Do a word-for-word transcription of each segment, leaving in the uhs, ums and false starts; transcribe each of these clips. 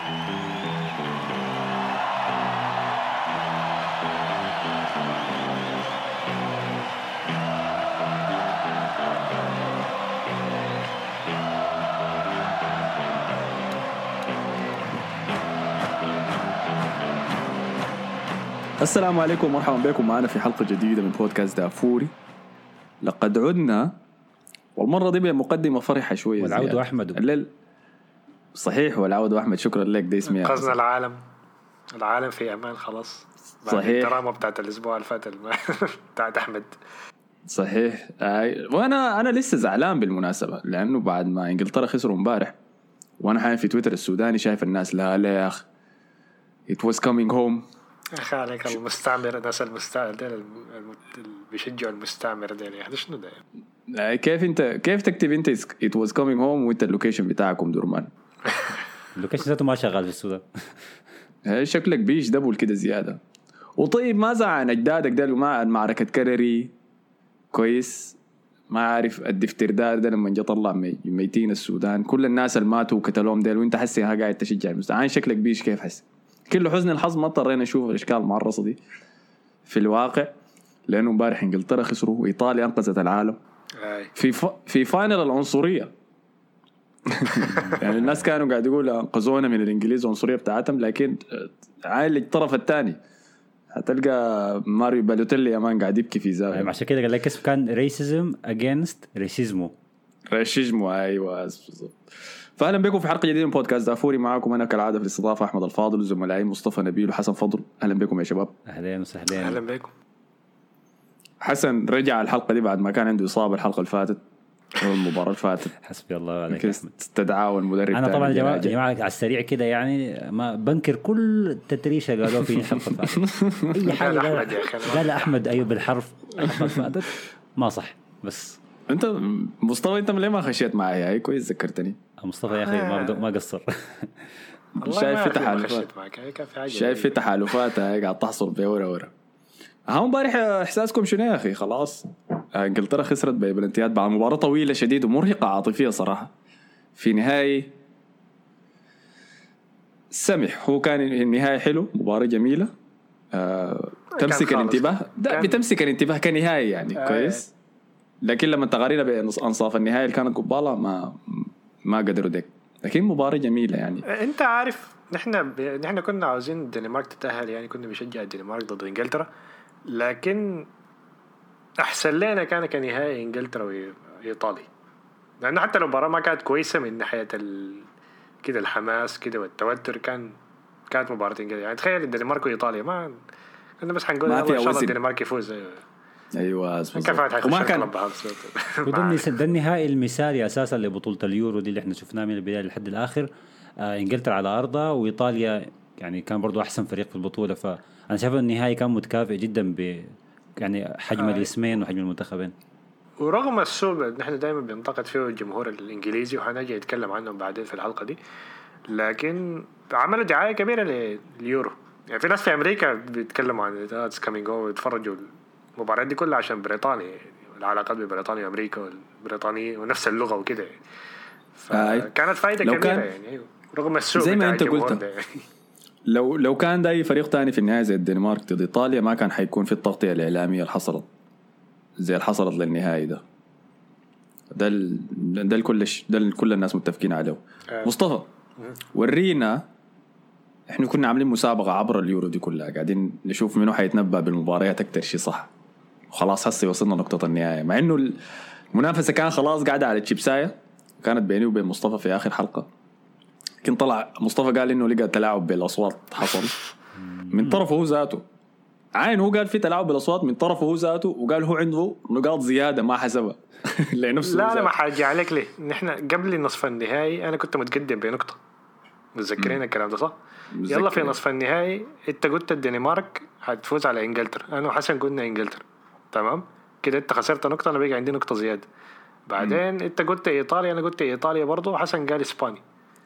السلام عليكم ومرحبا بكم معنا في حلقة جديدة من بودكاست دافوري. لقد عدنا والمرة دي بمقدمة فرحة شوية. والعود أحمد الليل صحيح، والعود أحمد شكرا لك. ده اسمي انقذنا العالم العالم في أمان خلاص. صحيح. الدراما بتاعت الأسبوع الفات بتاعت أحمد. صحيح. وأنا أنا لسه زعلان بالمناسبة، لأنه بعد ما إنجلترا خسروا امبارح وأنا حاليا في تويتر السوداني شايف الناس لا لا يا أخ it was coming home. خالك المستعمر، الناس المستعمر ديل اللي بيشجعوا المستعمر ديل، هذا شنو ده؟ كيف انت كيف تكتب انت it was coming home وانت اللوكيشن بتاعكم درمان؟ اللوكيشن ذاته ما شغال في السودان. شكلك بيش دبل كده زيادة. وطيب ماذا عن أجدادك ديل وما عن معركة كرري كويس؟ ما عارف الدفتر دار ده لما جا طلع ميتين السودان، كل الناس اللي ماتوا وكتلوهم ديل وانت حسي ها قاعد تشجع المستعان. شكلك بيش كيف حس؟ كل حزن الحظ ما اضطرينا نشوف الاشكال المعرصه دي في الواقع، لانه امبارح انجلترا خسروا وايطاليا انقذت العالم في ف... في فاينل العنصريه. يعني الناس كانوا قاعد يقولوا انقذونا من الانجليز العنصريه بتاعتهم، لكن عايل الطرف الثاني هتلقى ماريو بالوتيلي امان قاعد يبكي في زاويه. عشان كده قال لك اسم كان ريسيزم اجينست ريسيزمو ريسيزمو. ايوه فأهلا بكم في حلقة جديدة من بودكاست دافوري. معاكم أنا كالعادة في الاستضافة أحمد الفاضل وزملائي مصطفى نبيل وحسن فضل. أهلا بكم يا شباب. أهلا وسهلا. أهلا بكم. حسن رجع الحلقة دي بعد ما كان عنده إصابة الحلقة اللي فاتت والمباراة اللي فاتت. حسبي الله عليك أحمد. استدعاه المدرب. أنا طبعا يا جماعة على السريع كده يعني ما بنكر كل التتريشة قالوا في الحلقة اللي فاتت. أي حاجة قال, قال أحمد أيوب بالحرف الحلقة اللي فاتت ما صح. بس أنت مصطفى أنت ليه ما خشيت معي؟ هاي كويس ذكرتني. مصطفى يا أخي ما ما قصر. شايف في تحالفات شايف في تحالفات هاي قاعد تحصل بورا ورا. ها امبارح احساسكم شنو يا اخي؟ خلاص انجلترا خسرت ببلنتيات بعد مباراة طويلة شديد ومرهقة عاطفية صراحة. في نهاية سمح هو كان النهاية حلو، مباراة جميلة آه تمسك الانتباه ده بتمسك الانتباه كنهاية يعني آه كويس. لكن لما تقارينا بأنصاف النهاية اللي كانت قبالة ما ما قدروا ديك، لكن مباراة جميلة يعني. انت عارف نحن ب... نحن كنا عاوزين الدنمارك تتأهل، يعني كنا بنشجع الدنمارك ضد انجلترا، لكن احسن لنا كان كنهاية انجلترا وايطاليا، لانه حتى لو المباراة ما كانت كويسة من ناحية ال... كده الحماس كده والتوتر، كان كانت مباراة انجلترا. يعني تخيل الدنمارك وايطاليا ما كنا بس حنقول ان شاء الله الدنمارك يفوز. ايوه وما كان ده النهائي المثالي اساسا لبطوله اليورو دي اللي احنا شفناها من البدايه لحد الاخر. آه انجلترا على ارضها وايطاليا يعني كان برضو احسن فريق في البطوله، فانا شايف النهائي كان متكافئ جدا ب يعني حجم آه. الاسمين وحجم المنتخبين. ورغم السوء نحن دائما بننتقد فيه الجمهور الانجليزي وحنجي نتكلم عنهم بعدين في الحلقه دي، لكن عملوا دعايه كبيره لليورو. يعني في ناس في امريكا بيتكلموا عن ذاتس كامينج او يتفرجوا المباراة دي كلها عشان بريطانيا، يعني العلاقات بين بريطانيا وأمريكا والبريطانية ونفس اللغة وكده يعني. فكانت فايدة كبيرة كان يعني رغم السوء زي ما أنت قلت. يعني. لو لو كان ده أي فريق تاني في النهاية زي الدنمارك ضد إيطاليا ما كان حيكون في التغطية الإعلامية اللي حصلت زي اللي حصلت للنهائي ده. ده ال... ده الكل ده كل الناس متفقين عليه. آه. مصطفى ورينا إحنا كنا عاملين مسابقة عبر اليورو دي كلها قاعدين نشوف منو حيتنبأ بالمباريات أكتر شيء صح، وخلاص هسه وصلنا نقطة النهاية، مع إنه المنافسة كان خلاص قاعدة على الشيبساية كانت بيني وبين مصطفى في آخر حلقة. لكن طلع مصطفى قال إنه لقى تلاعب بالأصوات حصل من طرفه هو ذاته. عين هو قال في تلاعب بالأصوات من طرفه هو ذاته، وقال هو عنده نقاط زيادة ما حسبها لنفسه. لا أنا ما حاجي عليك ليه، نحن قبل نصف النهائي أنا كنت متقدم بنقطة، متذكرين الكلام ده صح؟ مزكرين. يلا في نصف النهائي انت قلت الدنمارك هتفوز على انجلترا، انا وحسن قلنا انجلترا تمام كده، انت خسرت نقطة انا بقى عندي نقطة زيادة. بعدين مم. انت قلت ايطاليا انا قلت ايطاليا برضو، وحسن قال اسبانيا،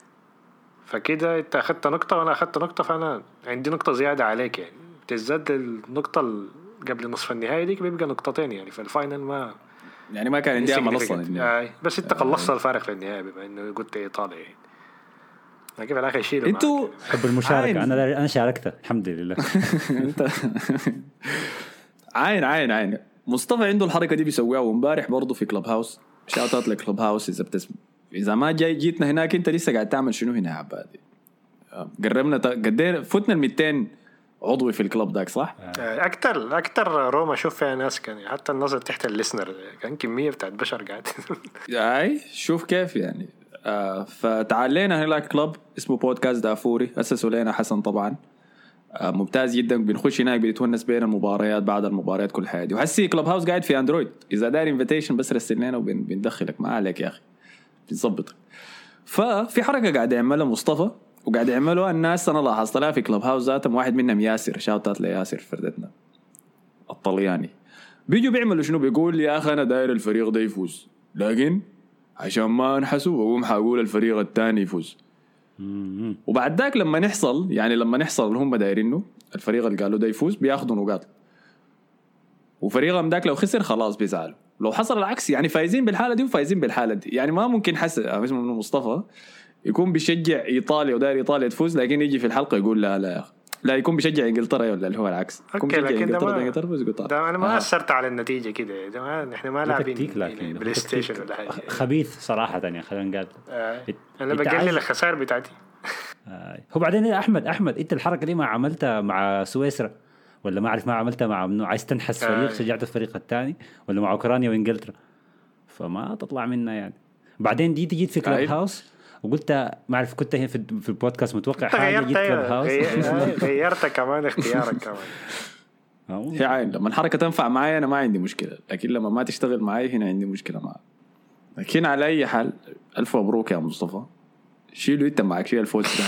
فكده انت اخدت نقطة وانا اخدت نقطة، فانا عندي نقطة زيادة عليك يعني، تزداد النقطة قبل نصف النهائي ديك بيبقى نقطتين يعني، في الفاينل ما يعني ما كان عندي امل اصلا يعني. بس انت خلصت الفارق في النهائي بما انه قلت ايطاليا يعني. كيف الاخر يشيلوا انتوا حب المشاركه. انا انا شاركت الحمد لله. انت عين عين عين مصطفى عنده الحركه دي بيسويها، وامبارح برضه في كلوب هاوس. شاوت اوت لكلوب هاوس اذا بتسمع. اذا ما جاي جيتنا هناك انت لسه قاعد تعمل شنو هنا يا عبادي؟ قربنا قدينا فتنا ال مئتين عضوي في الكلوب داك صح؟ اكثر اكثر روما شوف فيها ناس كان حتى الناس تحت الليسنر كان كميه بتاعت بشر قاعد. اي شوف كيف يعني. آه فتعالينا هناك كلوب اسمه بودكاست دافوري، اسسه لنا حسن طبعا. آه ممتاز جدا. بنخش هناك بنتونس بين المباريات بعد المباريات كل حاجه دي. وحسي كلوب هاوس قاعد في اندرويد، اذا داير انفيتيشن بس رسل لنا وبندخلك ما عليك يا اخي بنظبطك. ففي حركه قاعد يعملها مصطفى وقاعد يعملوها الناس، انا لاحظت لها في كلوب هاوس ذاتهم. واحد منهم ياسر، شاوتات لياسر فردتنا الطلياني. بيجوا بيعملوا شنو؟ بيقول يا اخي انا داير الفريق ده يفوز، لكن عشان ما انحسوا بقوم حقول الفريق الثاني يفوز. وبعد ذاك لما نحصل يعني لما نحصل اللي هم دايرينه الفريق اللي قالوا ده يفوز بياخذوا نقاط، وفريقهم ذاك لو خسر خلاص بيزعلوا. لو حصل العكس يعني فايزين بالحاله دي وفايزين بالحاله دي. يعني ما ممكن حسن اسمه مصطفى يكون بيشجع ايطاليا وداير ايطاليا تفوز، لكن يجي في الحلقه يقول لا لا يا اخي لا، يكون بيشجع انجلترا ولا اللي هو العكس. يكون بيشجع انجلترا انجلترا تفوز يقول ده انا ما آه. اثرت على النتيجه كده. ده احنا ما لاعبين بلاي ستيشن ولا حاجه. خبيث صراحه يعني خلينا نقول. آه. انا بقلل الخسائر بتاعتي. آه. هو بعدين يا احمد احمد انت الحركه دي ما عملتها مع سويسرا ولا ما اعرف ما عملتها مع منو؟ عايز تنحس فريق آه. شجعت الفريق الثاني ولا مع اوكرانيا وانجلترا؟ فما تطلع منا يعني. بعدين دي تجي في كلوب آه. هاوس وقلت ما اعرف كنت هنا في في البودكاست متوقع حاجه جيت كلوب هاوس غيرت كمان اختيارك كمان. هي عين لما الحركه تنفع معي انا ما عندي مشكله، لكن لما ما تشتغل معي هنا عندي مشكله معها. لكن على اي حال الف مبروك يا مصطفى، شيلوا انت معك شيل الفوز ده.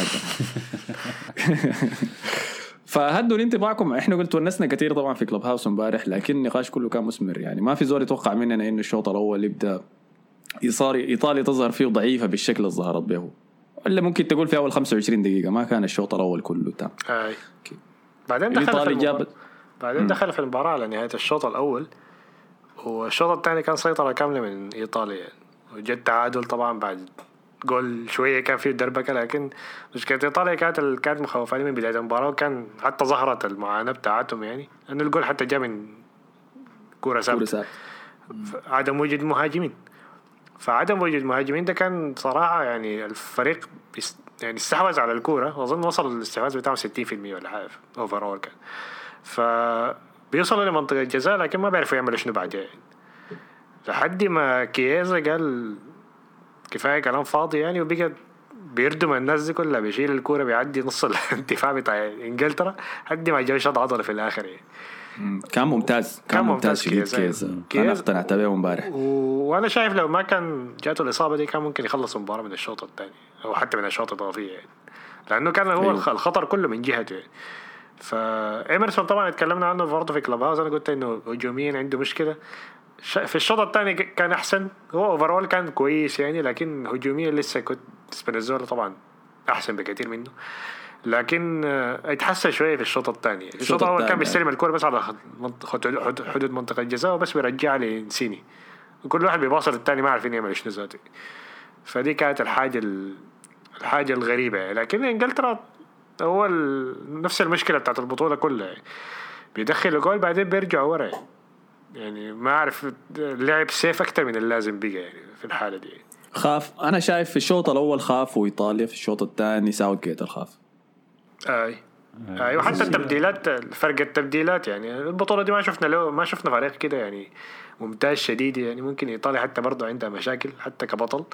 فهدوا انتباهكم. احنا قلت ونسنا كثير طبعا في كلوب هاوس امبارح، لكن النقاش كله كان مثمر. يعني ما في زول يتوقع مننا انه الشوط الاول يبدا إيطاليا إيطاليا تظهر فيه ضعيفة بالشكل اللي ظهرت به، ولا ممكن تقول في أول خمسة وعشرين دقيقة ما كان الشوط الأول كله تام. أي. بعدين دخل في المباراة بعدين دخل في المباراة على نهاية الشوط الأول، والشوط الثاني كان سيطرة كاملة من إيطاليا يعني. وجد تعادل طبعا بعد جول شوية كان فيه دربكة، لكن مشكلة إيطاليا كانت كانت مخوفاني من بداية المباراة، وكان حتى ظهرت المعاناة بتاعتهم يعني أن الجول حتى جاء من كرة ثابتة، عدم وجود مهاجمين. فعدم وجود مهاجمين ده كان صراحة يعني الفريق يعني استحوذ على الكورة، وأظن وصل الاستحواذ بتاعه ستين في المية ولا حاجة أوفرول كان. فبيوصلوا لمنطقة الجزاء لكن ما بيعرفوا يعملوا شنو بعدها يعني. لحد ما كييزا قال كفاية كلام فاضي يعني، وبقى بيردم الناس دي كلها، بيشيل الكورة بيعدي نص الدفاع بتاع إنجلترا لحد ما جاء شط عضلي في الآخر يعني. كان ممتاز كان, كان ممتاز شديد كييزا. أنا اقتنعت به امبارح، وانا شايف لو ما كان جاته الاصابه دي كان ممكن يخلص المباراه من الشوط الثاني او حتى من الشوط الاضافي يعني، لانه كان هو أيوه. الخطر كله من جهته يعني. فإيمرسون طبعا اتكلمنا عنه برضه في كلوب هاوس، انا قلت انه هجوميا عنده مشكله. في الشوط الثاني كان احسن، هو اوفرول كان كويس يعني، لكن هجوميا لسه كنت سبينيزولا طبعا احسن بكثير منه، لكن اتحسن شويه في الشوط الثاني. الشوط الاول كان بيستلم الكوره بس على حدود منطقه الجزاء وبس بيرجع لنسيني، وكل واحد بيباصر الثاني ما عارفين يعمل شنو ذاته. فدي كانت الحاجه الحاجه الغريبه يعني. لكن انجلترا هو نفس المشكله بتاعت البطوله كلها يعني. بيدخل الجول بعدين بيرجع ورا يعني ما اعرف لعب سيف اكتر من اللازم بقى يعني في الحاله دي. خاف انا شايف في الشوط الاول خاف، وايطاليا في الشوط الثاني ساوث جيت الخاف. اي اي وحتى التبديلات، فرق التبديلات يعني البطوله دي ما شفنا له ما شفنا فريق كده يعني ممتاز شديد يعني. ممكن ايطاليا حتى برضو عندها مشاكل حتى كبطل،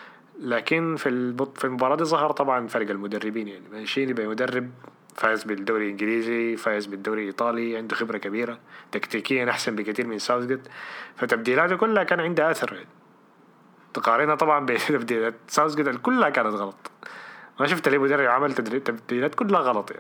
لكن في البط... في المباراه دي ظهر طبعا فرق المدربين يعني. مانشيني بمدرب فاز بالدوري الانجليزي، فاز بالدوري الايطالي، عنده خبره كبيره، تكتيكيا احسن بكثير من ساوثجيت، فتبديلاته كلها كان عندها اثر يعني. تقارنها طبعا بتبديلات ساوثجيت كلها كانت غلط. ما شفت ليه مدرب عمل تبديلات كلها غلط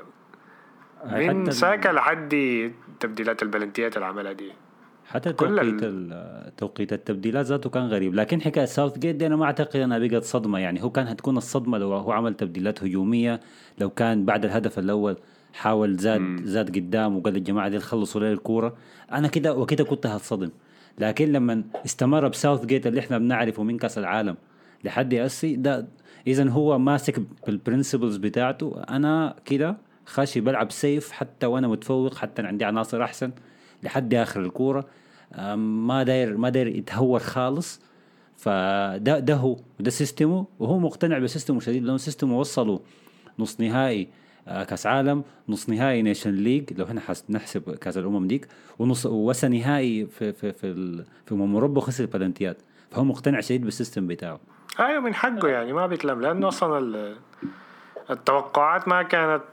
يعني، من ساكا لحد تبديلات البلنتيات اللي عملها دي. حتى توقيت ال... توقيت التبديلات ذاته كان غريب. لكن حكايه ساوث جيت دي انا ما اعتقد انها بقت صدمه يعني. هو كان هتكون الصدمه لو هو عمل تبديلات هجوميه، لو كان بعد الهدف الاول حاول زاد م. زاد قدام وقال الجماعه دي خلصوا لي الكوره، انا كده وكده كنت هتصدم. لكن لما استمر بساوث جيت اللي احنا بنعرفه من كاس العالم لحد يأسي ده اذا هو ماسك بالبرنسبلز بتاعته، انا كده خاشي بلعب سيف حتى وانا متفوق، حتى عندي عناصر احسن لحد اخر الكوره، ما داير ما داير يتهور خالص. فده ده هو ده سيستمه، وهو مقتنع بسيستمه شديد، لانه سيستمه وصلوا نص نهائي كاس عالم، نص نهائي نيشن ليج لو احنا نحسب كاس الامم ديك، ونص ووصل نهائي في في في في امم اوروبا وخسر البلنتيات. فهو مقتنع شديد بالسيستم بتاعه. ايوه من حقه يعني، ما بيتلم، لانه اصلا التوقعات ما كانت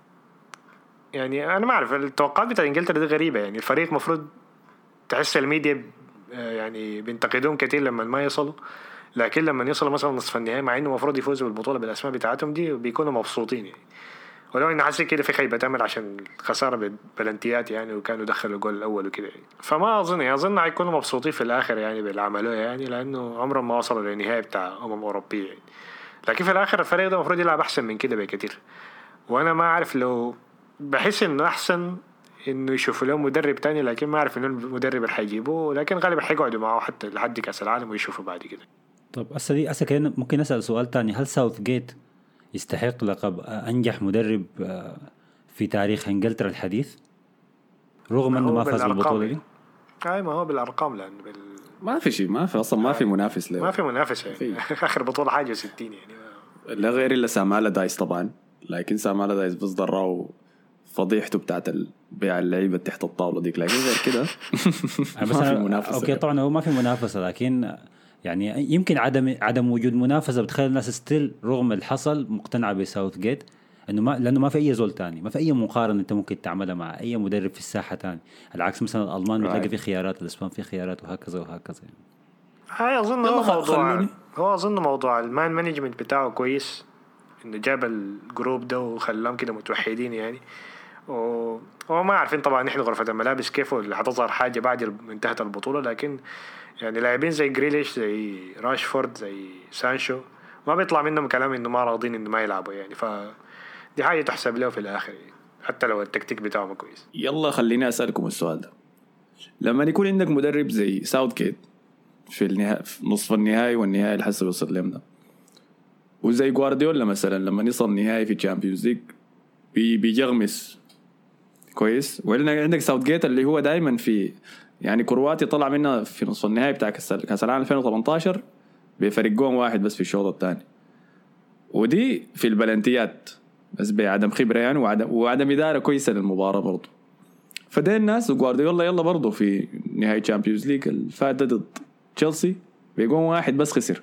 يعني، انا ما اعرف التوقعات بتاع انجلترا دي غريبه يعني. الفريق مفروض تحس الميديا يعني بينتقدون كتير لما ما يصلوا، لكن لما يصلوا مثلا نصف النهائي مع انه المفروض يفوزوا بالبطوله بالاسماء بتاعتهم دي بيكونوا مبسوطين يعني. ولو ان حاسس كده في خيبه تامل عشان الخساره بالبلنتيات يعني، وكانوا دخلوا الجول الاول وكده يعني. فما اظن يعني اظن هيكونوا مبسوطين في الاخر يعني بالعمليه يعني، لانه عمرهم ما وصلوا للنهائي بتاع امم اوروبيه يعني. لكن في الاخر الفريق ده المفروض يلعب احسن من كده بكتير. وانا ما اعرف، لو بحس انه احسن انه يشوفوا له مدرب تاني، لكن ما اعرف انه المدرب اللي حيجيبوه، لكن غالبا حيقعدوا معه حتى لحد كاس العالم ويشوفوا بعد كده. طب هسه دي هسه كده ممكن نسال سؤال تاني، هل ساوث جيت يستحق لقب انجح مدرب في تاريخ انجلترا الحديث رغم انه ما فاز بالبطوله دي؟ اي ما هو بالارقام، لانه بال... ما في شيء، ما في اصلا، ما في منافس له، ما في منافس يعني. اخر بطوله حاجه ستين يعني، لا غير الا سامالا دايس طبعا. لكن سامالا دايس بس ضراه فضيحته بتاعت بيع اللعيبه تحت الطاوله ديك، لكن غير كده ما في منافسه. اوكي طبعا هو ما في منافسه، لكن يعني يمكن عدم عدم وجود منافسه بتخلي الناس ستيل رغم اللي حصل مقتنعه بساوث جيت، انه ما لانه ما في اي زول تاني، ما في اي مقارنه انت ممكن تعملها مع اي مدرب في الساحه تاني. العكس مثلا الالمان بتلاقي في خيارات، الاسبان في خيارات، وهكذا وهكذا يعني. هاي اظن هو موضوع هو اظن موضوع المان مانجمنت بتاعه كويس، انه جاب الجروب ده وخلاهم كده متوحدين يعني. و... وما عارفين طبعا احنا غرفه الملابس كيف اللي حتظهر حاجه بعد انتهت البطوله، لكن يعني لاعبين زي جريليش زي راشفورد زي سانشو ما بيطلع منهم كلام انه ما راضين انه ما يلعبوا يعني. ف دي حاجه تحسب له في الاخر يعني، حتى لو التكتيك بتاعه ما كويس. يلا خليني اسالكم السؤال ده، لما يكون عندك مدرب زي ساوثجيت في النهائي، في نصف النهائي والنهائي اللي حسب وصل لهم ده، وزي جوارديولا مثلا لما يصل النهائي في الشامبيونز ليج بيجغمس كويس، ولا عندك ساوثجيت اللي هو دائما في يعني كرواتي طلع منها في نصف النهائي بتاع كاس العالم ألفين وثمانية عشر بفرق جون واحد بس في الشوط الثاني، ودي في البلنتيات بس بعدم خبره يعني، وعدم وعدم اداره كويسه للمباراه برضه. فده الناس وجوارديولا يلا برضه في نهائي الشامبيونز ليج الفات ضد تشيلسي بجون واحد بس خسر،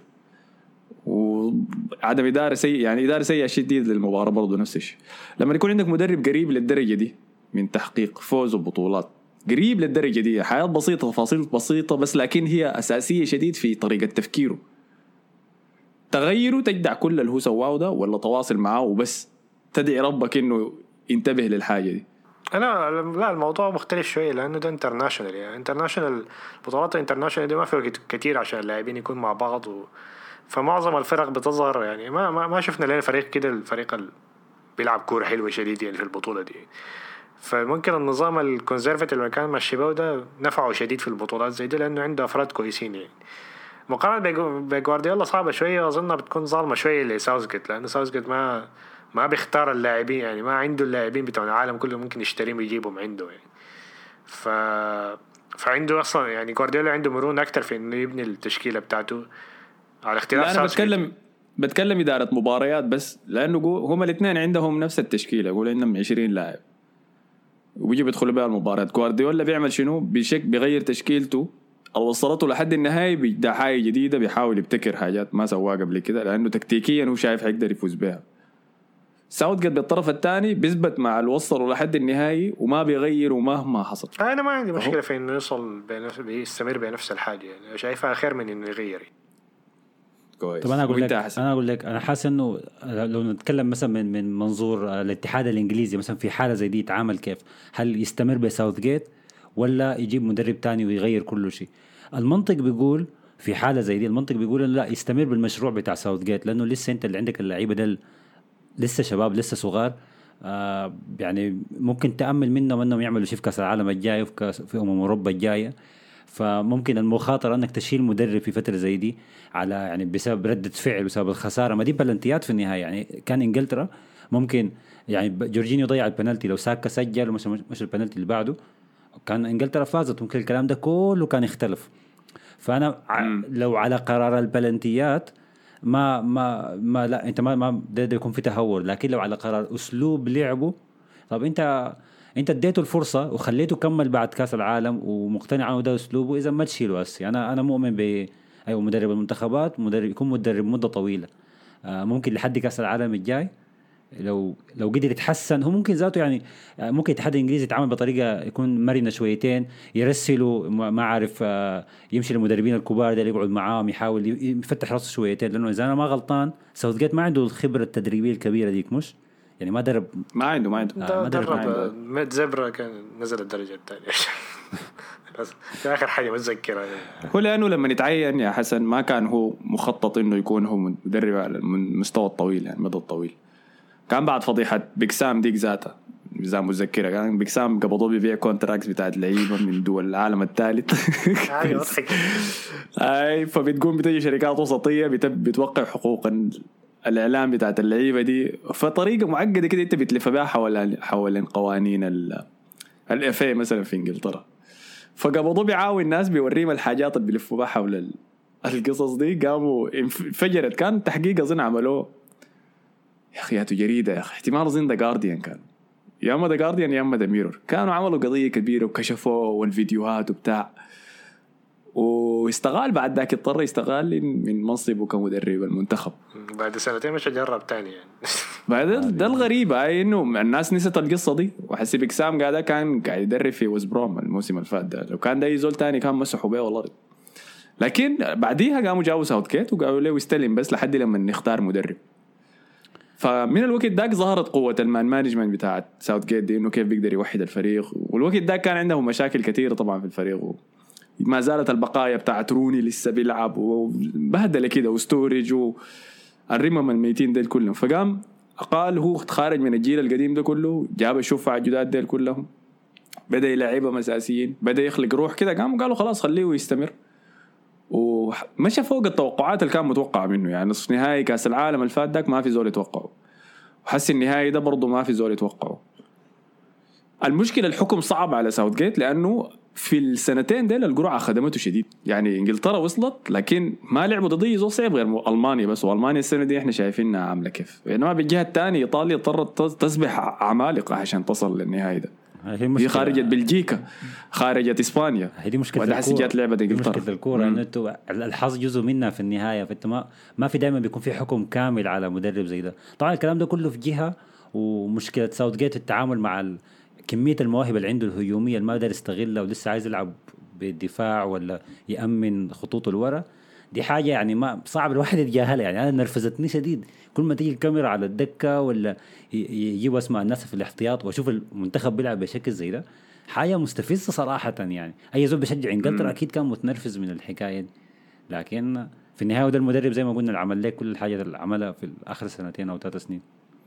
وعدم اداره سيء يعني، اداره سيئه شديد للمباراه برضه نفس الشيء. لما يكون عندك مدرب قريب للدرجه دي من تحقيق فوز وبطولات، قريب للدرجه دي، حياه بسيطه تفاصيل بسيطه بس لكن هي اساسيه شديد في طريقه تفكيره، تغيره تجدع كل اللي هو سواه ده، ولا تواصل معاه وبس تدعي ربك انه ينتبه للحاجه دي؟ انا لا الموضوع مختلف شويه، لانه ده انترناشونال يعني. انترناشونال بطولات انترناشونال دي ما في وقت كتير عشان اللاعبين يكونوا مع بعض، و... فمعظم الفرق بتظهر يعني. ما ما, ما شفنا لنا فريق كده الفريق اللي بيلعب كوره حلوه شديد يعني في البطوله دي. فممكن النظام الكونسرفاتيف اللي كان ماشي بيه ده نفعه شديد في البطولات زي دي، لانه عنده افراد كويسين يعني. مقارنه بجوارديولا صعبه شويه، اظن بتكون ظالمه شويه لساوثجيت، لانه ساوثجيت ما ما بيختار اللاعبين يعني، ما عنده اللاعبين بتوع العالم كله ممكن يشتريهم ويجيبهم عنده يعني. ف فعنده اصلا يعني جوارديولا عنده مرونه اكتر في انه يبني التشكيله بتاعته على اختلاف. انا بتكلم بتكلم اداره مباريات بس، لانه هم الاثنين عندهم نفس التشكيله، يقول عندهم عشرين لاعب وبيجي بيدخلوا بها المباراه. جوارديولا بيعمل شنو؟ بشك بيغير تشكيلته او وصلته لحد النهائي بيبدا حاجه جديده، بيحاول يبتكر حاجات ما سواها قبل كده، لانه تكتيكيا هو شايف حيقدر يفوز بها. ساوثجيت بالطرف الثاني بيثبت مع الوصل لحد النهائي وما بيغير ومهما حصل. انا ما عندي مشكله في انه يوصل بنفس بيستمر بنفس الحاجه يعني، شايفها خير من انه يغير. كويس. طب انا اقول لك انا اقول لك انا حاسس انه لو نتكلم مثلا من من منظور الاتحاد الانجليزي مثلا في حاله زي دي يتعامل كيف؟ هل يستمر بساوثجيت ولا يجيب مدرب تاني ويغير كل شيء؟ المنطق بيقول في حاله زي دي، المنطق بيقول لا، يستمر بالمشروع بتاع ساوثجيت، لانه لسه انت اللي عندك اللعيبه ده لسه شباب لسه صغار، آه يعني ممكن تأمل منهم انهم يعملوا شيء في كاس العالم الجاي وفي كاس في امم اوروبا الجايه. فممكن المخاطره انك تشيل مدرب في فتره زي دي على يعني بسبب رده فعل وسبب الخساره، ما دي بلنتيات في النهايه. يعني كان انجلترا ممكن يعني جورجينيو ضيع البنالتي، لو ساكا سجل مش مش البنالتي اللي بعده كان انجلترا فازت، ممكن الكلام ده كله كان يختلف. فانا ع... لو على قرار البلنتيات ما ما ما لا انت ما ما ده, ده يكون في تهور، لكن لو على قرار اسلوب لعبه، طب انت انت اديته الفرصه وخليته كمل بعد كاس العالم ومقتنع انه ده اسلوبه، اذا ما تشيله هسه. انا انا مؤمن ب ايوه مدرب المنتخبات مدرب يكون مدرب مده طويله، آه ممكن لحد كاس العالم الجاي لو لو قدر يتحسن هو ممكن ذاته يعني. ممكن الاتحاد الانجليزي يتعامل بطريقه يكون مرنه شويتين، يرسلوا ما عارف يمشي للمدربين الكبار ده يقعد معاهم يحاول يفتح راسه شويتين، لانه اذا انا ما غلطان ساوثجيت ما عنده الخبره التدريبيه الكبيره ديك، مش يعني ما درب ما عنده ما عنده آه ما درب ميت زبرة كان نزل الدرجه الثانيه بس في اخر حاجه متذكرها هو لانه لما يتعين يا حسن ما كان هو مخطط انه يكون هو مدرب على المستوى الطويل يعني المدى الطويل. كان بعد فضيحة بيكسام ديك ذاتها إذا مذكرة، كان بيكسام قبضوا بيبيع كونتراكت بتاعت لعيبة من دول العالم الثالث أي مضحك أي فبتقوم بتجي شركات وسطية بتوقع حقوق الإعلام بتاعت اللعيبة دي، فطريقة معقدة كده أنت بتلف بها حول حول قوانين ال الإف إيه مثلا في إنجلترا. فقبضوا بيعاون الناس بيوريهم الحاجات اللي بيلفوا بها حول القصص دي، قاموا انفجرت. كان تحقيق أظن عملوه يا أخي هاتوا جريدة يا أخي احتمال أظن ذا جارديان كان يا أما ذا جارديان يا أما ذا ميرور، كانوا عملوا قضية كبيرة وكشفوه والفيديوهات وبتاع، واستغال بعد ذاك اضطر يستغال من منصبه كمدرب المنتخب بعد سنتين مش هجرب تاني يعني بعد ده الغريب أي إنه الناس نسيت القصة دي، وحسي بيكسام قاعدة كان قاعد يدرب في ويست بروم الموسم الفات ده، لو كان ده يزول تاني كان مسحوا بيه والله. لكن بعديها قاموا جابوا ساوثجيت وقالوا له يستلم بس لحد لما نختار مدرب. فمن الوقت داك ظهرت قوة المان مانجمنت بتاعت ساوثجيت دي، إنه كيف بيقدر يوحد الفريق، والوقت داك كان عنده مشاكل كثيرة طبعا في الفريق، وما زالت البقايا بتاعت روني لسه بيلعب وبهدله كده وستوريج والرمم الميتين ديل كلهم. فقام قال هو خارج من الجيل القديم ده كله، جاب الشوفة الجداد ديل كلهم، بدأ يلعبهم أساسيين، بدأ يخلق روح كده، قاموا قالوا خلاص خليه ويستمر، ومشى فوق التوقعات اللي كان متوقع منه. يعني نصف نهائي كاس العالم الفات داك ما في زول يتوقعه، وحس النهائي ده برضو ما في زول يتوقعه. المشكلة الحكم صعب على ساوثجيت لأنه في السنتين ديل القرعة خدمته شديد. يعني إنجلترا وصلت لكن ما لعبوا ضد زول صعب غير ألمانيا بس، وألمانيا السنة دي إحنا شايفينها عاملة كيف. بينما يعني بالجهة الثانية إيطاليا اضطرت تسبح عمالقة عشان تصل للنهائي ده. هي خارجة بلجيكا، خارجة إسبانيا، هي دي مشكلة الكورة. جات لعبة إنجلترا مشكلة الكورة إنه أنتوا الحظ جزء منها في النهاية، فأنت ما ما في دائما بيكون في حكم كامل على مدرب زي ده. طبعا الكلام ده كله في جهة، ومشكلة ساوثجيت التعامل مع ال... كمية المواهب اللي عنده الهجومية اللي ما قدر يستغلها ولسه عايز يلعب بالدفاع ولا يأمن خطوطه الورا، دي حاجة يعني ما صعب الواحد يتجاهلها. يعني أنا نرفزتني شديد كل ما تيجي الكاميرا على الدكة ولا يجيبوا أسماء الناس في الاحتياط وأشوف المنتخب بيلعب بشكل زي ده، حاجة مستفزة صراحة. يعني أي زول بيشجع إنجلترا أكيد كان متنرفز من الحكاية دي، لكن في النهاية وده المدرب زي ما قلنا العمل لك كل الحاجة اللي عملها في آخر سنتين أو ثلاث سنين.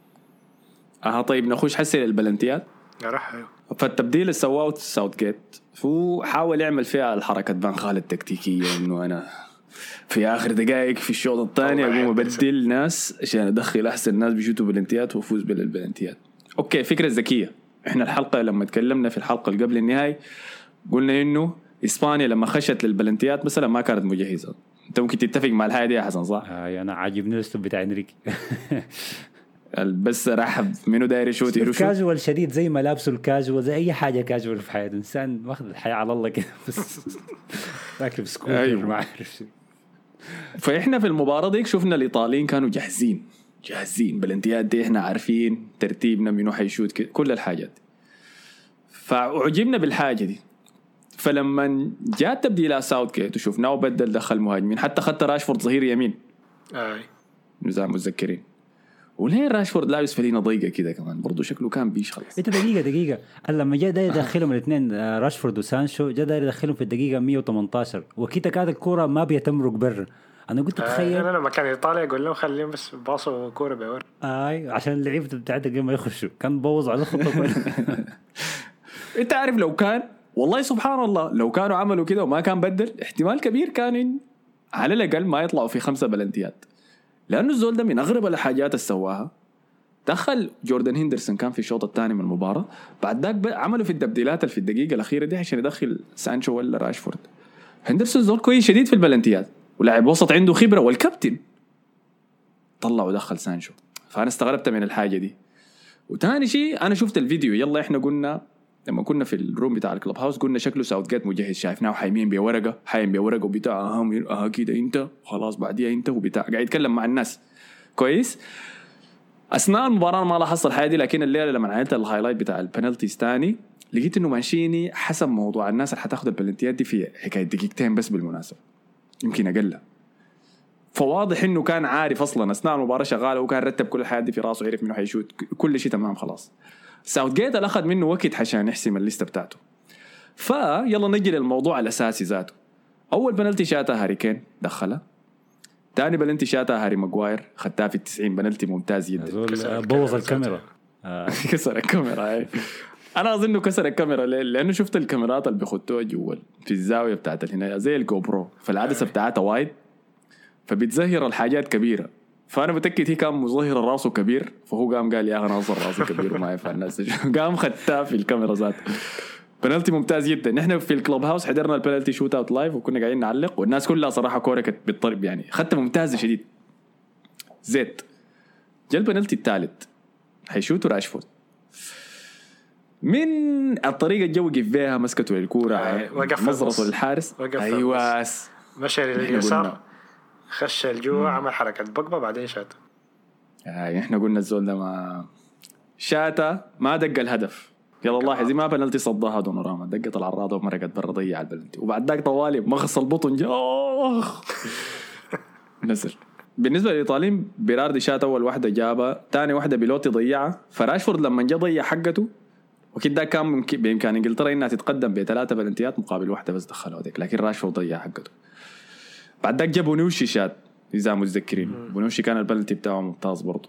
آه طيب نخش حسي للبلنتيات. أيوه. فالتبديل اللي سواه ساوثجيت هو حاول يعمل فيها الحركة بان خالد التكتيكية، إنه أنا في آخر دقائق في الشوط الثاني أقوم أبدل ناس عشان أدخل أحسن ناس بيشوتوا بلنتيات وفوز بالبلنتيات. أوكي فكرة ذكية. إحنا الحلقة لما تكلمنا في الحلقة اللي قبل النهائي قلنا إنه إسبانيا لما خشت للبلنتيات مثلا ما كانت مجهزة. أنت ممكن تتفق مع الحاجة دي يا حسن صح؟ آه أنا عاجبني الأسلوب بتاع إنريكي بس رحب منو داير يشوت يروح كاجوال شديد زي ما لابسه الكاجوال زي اي حاجه كاجوال في حياته، انسان واخذ الحياه على الله كده بس راكب سكوتر أيوه. ما اعرف. فاحنا في المباراه ديك شفنا الايطاليين كانوا جاهزين جاهزين بلنتيات دي، احنا عارفين ترتيبنا منو حيشوت كل الحاجات دي، فعجبنا بالحاجه دي. فلما جاء تبديلات ساوثجيت وشفناه وبدل دخل مهاجمين، حتى خدت راشفورد ظهير يمين اي زي متذكرين، وليه راشفورد لابس فلينه ضيقه كده كمان برضو شكله كان بيش خلاص. انت دقيقه دقيقه لما جاء ده يدخلهم الاثنين راشفورد وسانشو، جاء ده يدخلهم في الدقيقه مية وثمانية عشر وكيتا كانت الكوره ما بيتمرق برا. انا قلت تخيل آه انا لما كان ايطاليا يقول له خليهم بس باصوا كوره بور اي عشان اللعيبه بتاعتك ما يخشوا، كان بوظ على الخطه كلها. انت عارف لو كان والله سبحان الله لو كانوا عملوا كده وما كان بدل احتمال كبير كان على الأقل ما يطلعوا في خمسة بلنتيات، لأنه الزول ده من أغرب الحاجات اللي سواها. دخل جوردن هندرسون كان في الشوط الثاني من المباراة، بعد ذاك عملوا في التبديلات في الدقيقة الأخيرة دي عشان يدخل سانشو ولا راشفورد. هندرسون زول كويس شديد في البلنتيات ولاعب وسط عنده خبرة والكابتن طلع ودخل سانشو، فأنا استغربت من الحاجة دي. وتاني شيء أنا شفت الفيديو، يلا إحنا قلنا لما كنا في الروم بتاع الكلوب هاوس قلنا شكله ساوثجيت مجهز، شايفناه حايمين بورقة حايم بورقة وبتاع أهم أه كده أنت خلاص بعديها أنت وبتاع قاعد يتكلم مع الناس كويس. أثناء المباراة ما لاحظت الحاجة دي، لكن الليلة لما عملت الهايلايت بتاع البنالتيز تاني لقيت إنه ماشيني حسب موضوع الناس اللي حتاخد البنالتيات دي في حكاية دقيقتين بس بالمناسبة يمكن أقل. فواضح إنه كان عارف أصلاً أثناء المباراة شغالة وكان رتب كل الحاجات دي في راسه، عرف منه حيشوت كل شيء تمام خلاص. ساوثجيت اللي أخذ منه وقت عشان يحسم الليستة بتاعته. فيلا نجي للموضوع الأساسي ذاته. أول بنالتي شاتها هاري كين دخلها، تاني بنالتي شاتها هاري ماغواير خدتها في التسعين، بنالتي ممتاز جدا بوظ الكاميرا كسر الكاميرا. أنا أظنه كسر الكاميرا لأنه شفت الكاميرات اللي بيخطوها جوا في الزاوية بتاعت الهنا زي الجو برو، فالعدسة بتاعتها وايد فبتظهر الحاجات كبيرة، فأنا متأكد هي كان مظهر راسه كبير، فهو قام قال يا أخي أنا أظهر راسه كبير وما ينفع الناس قام خدتها في الكاميرا ذات. بنالتي ممتاز جدا. نحن في الكلوب هاوس حضرنا البنالتي شوت اوت لايف وكنا قاعدين نعلق والناس كلها صراحة كورة كانت بالطرب يعني خدتها ممتازة شديد. زيت جاء البنالتي الثالث حيشوتوا راشفورد من الطريقة الجو وقف بيها مسكته للكورة نظرته للحارس أيوة مشى لليسار خش الجوع عمل حركة بقبة بعدين شاته. يعني احنا قلنا الزول ده ما شاته ما دق الهدف. يلا الله حزي ما بنالتي صدها دونوراما دقت العراضة ومرقت برا ضيع البنالتي وبعد ذاك طوالي مغص البطن جاء نزل. بالنسبة للإيطاليين بيراردي شات أول واحدة جابها، تاني واحدة بيلوتي ضيعها. فراشفورد لما جاء ضيع حقته وكده كان بإمكان إنجلترا إنها تتقدم بثلاثة بلنتيات مقابل واحدة بس دخلوا ديك، لكن راشفورد ضيع حقته. بعد ذاك جابوا نوشي شات إذا متذكرين، بونوشي كان البلنتي بتاعه ممتاز برضه.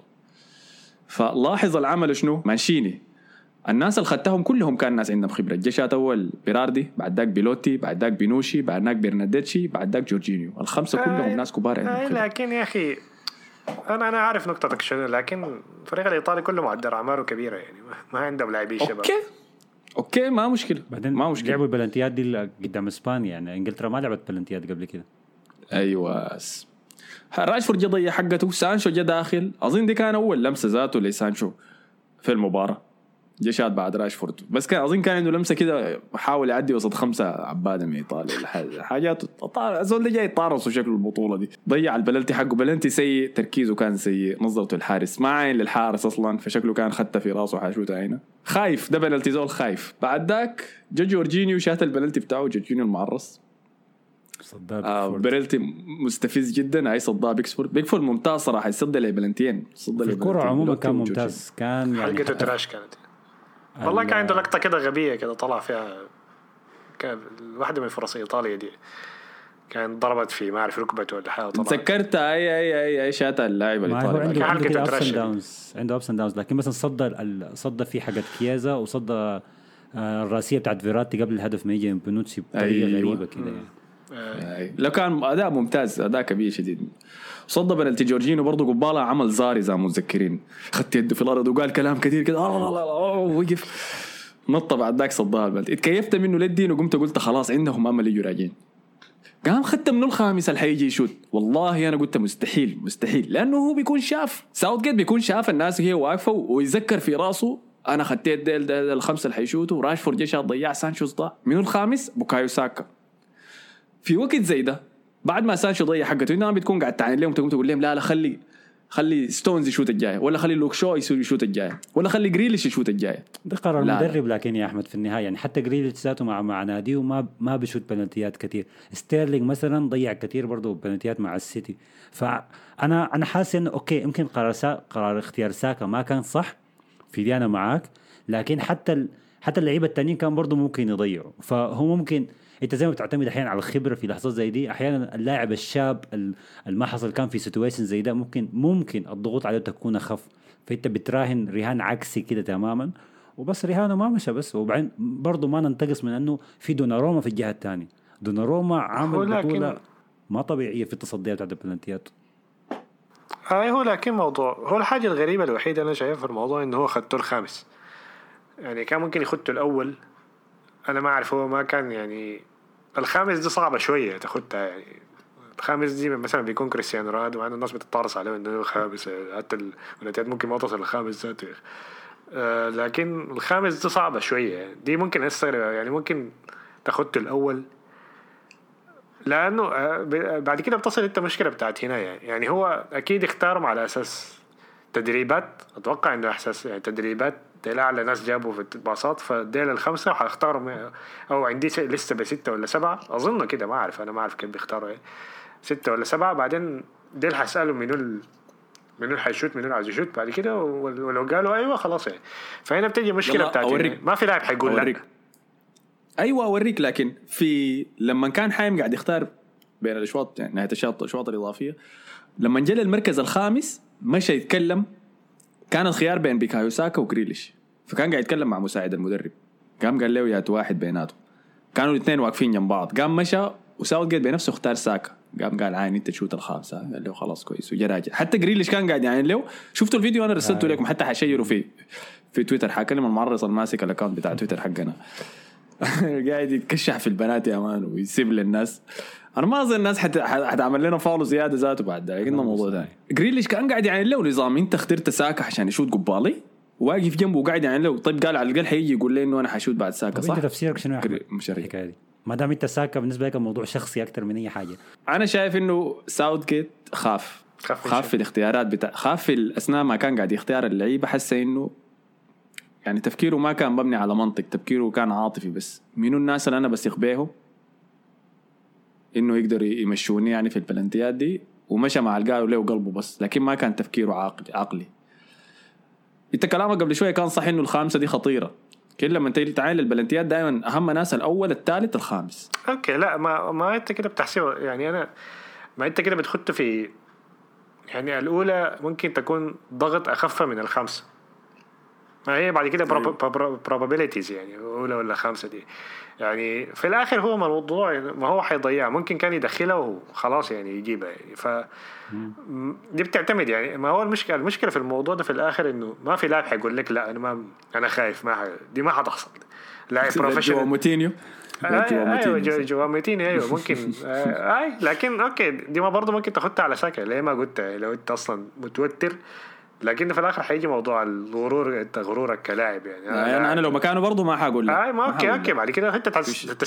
فلاحظ العمل شنو مانشيني الناس اللي خدتهم كلهم كان ناس عندهم خبرة. جشات أول بيراردي، بعد ذاك بيلوتي، بعد ذاك بينوشي، بعد ذاك برناديتشي، بعد ذاك جورجينيو. الخمسة كلهم آه ناس كبار عندهم آه خبرة. لكن يا أخي أنا أنا عارف نقطتك شنو، لكن الفريق الإيطالي كله معدل أعماره كبيرة يعني ما عندهم لاعبين شباب. أوكي أوكي ما مشكلة. بعدين ما مشكلة. لعبوا البلنتيات دي قدام إسبانيا يعني إنجلترا ما لعبت بلنتيات قبل كده. أيوة راشفورد جا ضيع حقته، سانشو جا داخل، أظن دي كان أول لمسة ذاته لسانشو في المباراة. جشات بعد راشفورد بس كان أظن كان عنده لمسة كده حاول يعدي وسط خمسة عبادة من إيطاليا حاجات أظن اللي جاي طارصوا شكل البطولة دي. ضيع البلنتي حقه، بلنتي سيء، تركيزه كان سيء، نظرته الحارس ما عين للحارس أصلا، فشكله كان خدته في راسه حاشوته عينه خايف. ده بلنتي زول خايف. بعد ذاك جا جورجينيو شات البلنتي بتاعه، جورجينيو المعرص آه بيرلتي مستفز جدا. هاي صدها بيكسفورد. بيكسفورد ممتاز صراحة، يصد لي بلنتين، صد لي الكرة عموما كان ممتاز. كان يعني حلقته تراش كانت والله كان عنده لقطة كده غبية كده طلع فيها كان واحدة من فرص إيطاليا دي كان ضربت في ما أعرف ركبته ولا حاجة. تذكرت أي أي أي أي شاتا اللاعب الإيطالي عنده عنده أبس داونز عنده أبس داونز لكن مثلا صد صد في حاجة كيازا وصد الرأسية بتاعت فيراتي قبل الهدف ما يجي من بنوتشي بطريقة أيوة. غريبة كده يعني. آه. لو كان أداء ممتاز، أداء كبير شديد. صد بنالتي جورجينو برضو قبالة عمل زاري زي متذكرين، خدت يده في الأرض وقال كلام كثير كده آه لا لا وقف نط بعد ذاك صدها البلد. اتكيفت منه للدين وقمت قلت خلاص عندهم أمل يجوا راجعين. قام خدت منه الخامس اللي حيجي يشوت. والله أنا قلت مستحيل مستحيل، لأنه هو بيكون شاف ساوثجيت بيكون شاف الناس هي واقفة ويذكر في راسه أنا خدت ديل الخمسة اللي حيشوتوا وراشفورد جيش ضيع سانشو ضاع منه الخامس بوكايو ساكا. في وقت زي ده بعد ما سانشو ضيع حقته انت ما بتكون قاعد تعين لهم تقوم تقول لهم لا لا خلي خلي ستونز يشوت الجاي، ولا خلي لوك شو يشوت الجاي، ولا خلي جريليش يشوت الجاي. ده قرار المدرب. لكن يا احمد في النهايه يعني حتى جريليش ذاته مع مع ناديه وما ما بيشوت بنالتيات كثير. ستيرلينج مثلا ضيع كثير برضه بنالتيات مع السيتي. فانا انا حاسس انه اوكي يمكن قرار سا... قرار اختيار ساكا ما كان صح في دي انا معاك، لكن حتى ال... حتى اللعيبه التانيين كان برضه ممكن يضيعوا. فهو ممكن انت زي ما بتعتمد احيانا على الخبره في لحظات زي دي، احيانا اللاعب الشاب الما حصل كان في سيتويشن زي ده ممكن ممكن الضغوط عليه تكون اخف، فانت بتراهن رهان عكسي كده تماما وبس ريهانو ما مشى بس. وبعدين برضو ما ننتقص من انه في دوناروما في الجهه الثانيه. دوناروما عامل بطوله ما طبيعيه في التصديات بتاعت البلنتيات. اي هو لكن موضوع هو الحاجه الغريبه الوحيده انا شايفها في الموضوع انه هو خدته الخامس. يعني كان ممكن يخدته الاول. انا ما اعرف هو ما كان يعني الخامس دي صعبه شويه تاخدها. يعني الخامس دي مثلا بيكون كريستيانو رونالدو مع انه الناس بتتطارس عليه انه خامس حتى البلنتيات ممكن ما تصل الخامس ذاته. آه لكن الخامس دي صعبه شويه يعني. دي ممكن استغرب يعني ممكن تاخدته الاول لانه بعد كده بتصل انت مشكله بتاعت هنا يعني. يعني هو اكيد اختارهم على اساس تدريبات. اتوقع انه احساس يعني تدريبات ديل اعلى ناس جابوا في الباصات فديل الخمسه وحاختارهم او عندي لسه بسته ولا سبعه اظن كده ما اعرف. انا ما اعرف كيف بيختاروا ايه سته ولا سبعه. بعدين ديل حسالهم منو ال... منو اللي حيشوت منو اللي عايز يشوت بعد كده ولو قالوا ايوه خلاص يعني. فهنا بتجي مشكله بتاعت يعني ما في لاعب حيقول لا. ايوه اوريك. لكن في لما كان حايم قاعد يختار بين الاشواط يعني نهايه الشوط الاشواط الاضافيه لما جاء المركز الخامس مشى يتكلم. كان الخيار بين بيكايو ساكا وغريليش فكان قاعد يتكلم مع مساعد المدرب. قام قال له يا واحد بيناتهم كانوا الاثنين واقفين جنب بعض. قام مشى وساوث جيت بنفسه اختار ساكا. قام قال عين انت تشوت الخامسه. قال له خلاص كويس وجا راجع. حتى غريليش كان قاعد يعني له شفتوا الفيديو انا رسلته لكم حتى حشيره في في تويتر. حكلم المعرض الماسك الاكونت بتاع تويتر حقنا قاعد يتكشح في البنات يا مان ويسيب للناس. انا ما اظن الناس حت... حتعمل لنا فاولو زياده ذاته بعد ذلك. انه موضوع ثاني. جريليش كان قاعد يعني له نظام انت اخترت ساكا عشان يشوت قبالي واقف جنبه وقاعد يعني له. طيب قال على الاقل حيجي يقول لي انه انا حشوت بعد ساكا صح. انت تفسيرك شنو الحكايه دي؟ ما دام انت ساكا بالنسبه لك الموضوع شخصي اكثر من اي حاجه. انا شايف انه ساوث جيت خاف خاف, خاف في الاختيارات بتاع خاف في الاثناء ما كان قاعد يختار اللعيبه. حس انه يعني تفكيره ما كان مبني على منطق. تفكيره كان عاطفي بس. منو الناس اللي انا بثق بيهم انه يقدر يمشوني يعني في البلنتيات دي ومشى مع القارو له قلبه بس. لكن ما كان تفكيره عقلي عقلي. انت كلامك قبل شويه كان صح انه الخامسه دي خطيره. كل لما انت تعاين البلنتيات دائما اهم ناس الاول الثالث الخامس. اوكي لا ما ما انت كده بتحسبه يعني. انا ما انت كده بتخط في يعني الاولى ممكن تكون ضغط اخف من الخامسه. ما هي بعد كده probabilities يعني أولى ولا خامسة دي يعني في الآخر هو موضوع يعني ما هو حيضيع. ممكن كان يدخله وخلاص يعني يجيبها يعني. ف دي بتعتمد يعني. ما هو المشكلة المشكلة في الموضوع ده في الآخر إنه ما في لاعب حيقول لك لا أنا ما أنا خايف ما ح... دي ما حتحصل. لاعب بروفيشنال موتينيو ايوه جو موتينيو ايوه ممكن اي لكن اوكي دي ما برضه ممكن تاخدها على ساكا. ليه ما قلت لو انت اصلا متوتر. لكن في الاخر حيجي موضوع الغرور انت غرورك كلاعب يعني. انا انا, أنا لو مكانه برضه ما حقول لا. اي ما اوكي اوكي بعد كده انت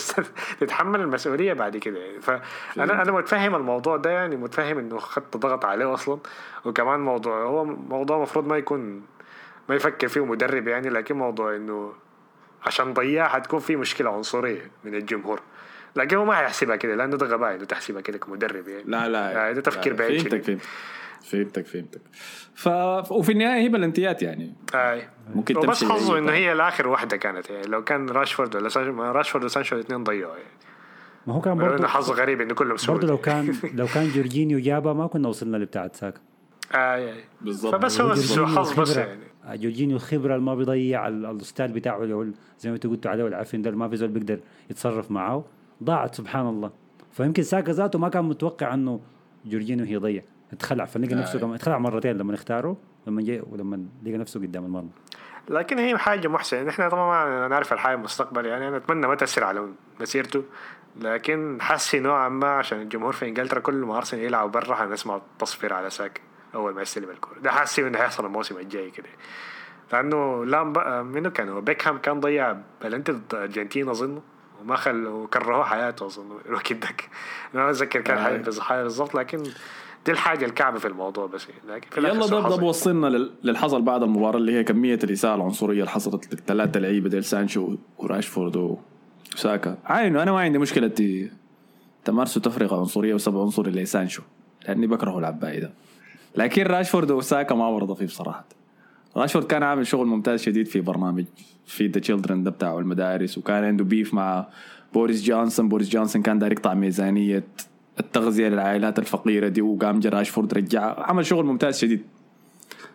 تتحمل المسؤوليه بعد كده يعني. فانا انا متفهم الموضوع ده يعني. متفهم انه خط ضغط عليه اصلا. وكمان موضوع هو موضوع مفروض ما يكون ما يفكر فيه مدرب يعني. لكن موضوع انه عشان ضياع حتكون في مشكله عنصريه من الجمهور. لكن هو ما هيحسبها كده لانه ده غباء انه تحسبها كده كمدرب يعني. لا لا يعني ده تفكير بعيد. فهمتك فهمتك فهمتك ف وفي النهايه هي بلنتيات يعني. اي ممكن تمشي. بس حظه انه هي الاخر واحده كانت يعني. لو كان راشفورد ولا سانشو راشفورد وسانشو الاثنين ضيعوا يعني. ما هو كان برضه حظ غريب انه كلهم سعودي. برضه لو كان لو كان جورجينيو جابها ما كنا وصلنا لبتاعه ساكا. اي اي بالضبط. فبس هو حظ بس يعني. جورجينيو الخبره اللي ما بيضيع الستايل بتاعه اللي زي ما انت قلت عليه والعفن ده ما في زول بيقدر يتصرف معه ضاعت سبحان الله. فيمكن ساكا ذاته ما كان متوقع انه جورجينيو هيضيع. اتخلع فلقى نفسه كمان اتخلع مرتين لما اختاره لما جاء ولما لقى نفسه قدام المرمى. لكن هي حاجه محسنه. نحن طبعا نعرف الحياه المستقبل يعني. انا اتمنى ما تاثر على مسيرته. لكن حسي نوعا ما عشان الجمهور في انجلترا كل ما ارسنال يلعب برا حنسمع تصفير على ساكا اول ما يستلم الكوره. ده حسي انه هيحصل الموسم الجاي كده. لانه لام منو كان بيكهام كان ضيع بلنتي ضد الارجنتين اظن وما خل وكرهوه حياته اظن الوقت داك. انا اتذكر كان حي بالضبط. لكن دي الحاجة الكعبة في الموضوع بس يعني. يلا ده ده وصلنا للحصل بعد المباراة اللي هي كمية الإساءة العنصرية اللي حصلت للثلاثة لعيبة ديل سانشو وراشفورد وساكا. عاينه أنا ما عندي مشكلة دي تمارسوا تفرقة عنصرية وسبب عنصري لسانشو لأني بكره العباية ده. لكن راشفورد وساكا ما برضه فيه بصراحة. راشفورد كان عامل شغل ممتاز شديد في برنامج في ذا تشيلدرن ده بتاعه المدارس وكان عنده بيف مع بوريس جونسون. بوريس جونسون كان داير يقطع ميزانية التغذية للعائلات الفقيرة دي وقام راشفورد رجع عمل شغل ممتاز شديد.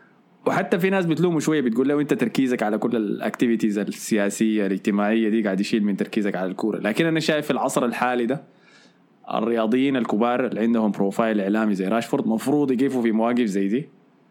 وحتى في ناس بتلومه شويه بتقول له انت تركيزك على كل الاكتيفيتيز السياسيه الاجتماعيه دي قاعد يشيل من تركيزك على الكوره. لكن انا شايف في العصر الحالي ده الرياضيين الكبار اللي عندهم بروفايل اعلامي زي راشفورد مفروض يقفوا في مواقف زي دي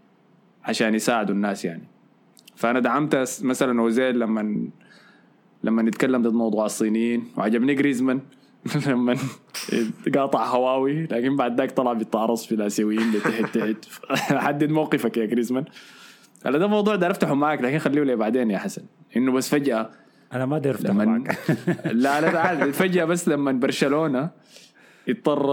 عشان يساعدوا الناس يعني. فانا دعمت مثلا اوزيل لما لما نتكلم ضد موضوع الصينيين, وعجبني جريزمان لما قاطع هواوي, لكن بعد ذاك طلع بالتعرص في الاسيويين لتحت تحت. حدد موقفك يا جريزمان. هلا ده موضوع ده افتحه معك لكن خليه لي بعدين يا حسن. انه بس فجأة انا ما ادري افتحه معك. لا لا تعال فجأة بس لما برشلونة اضطر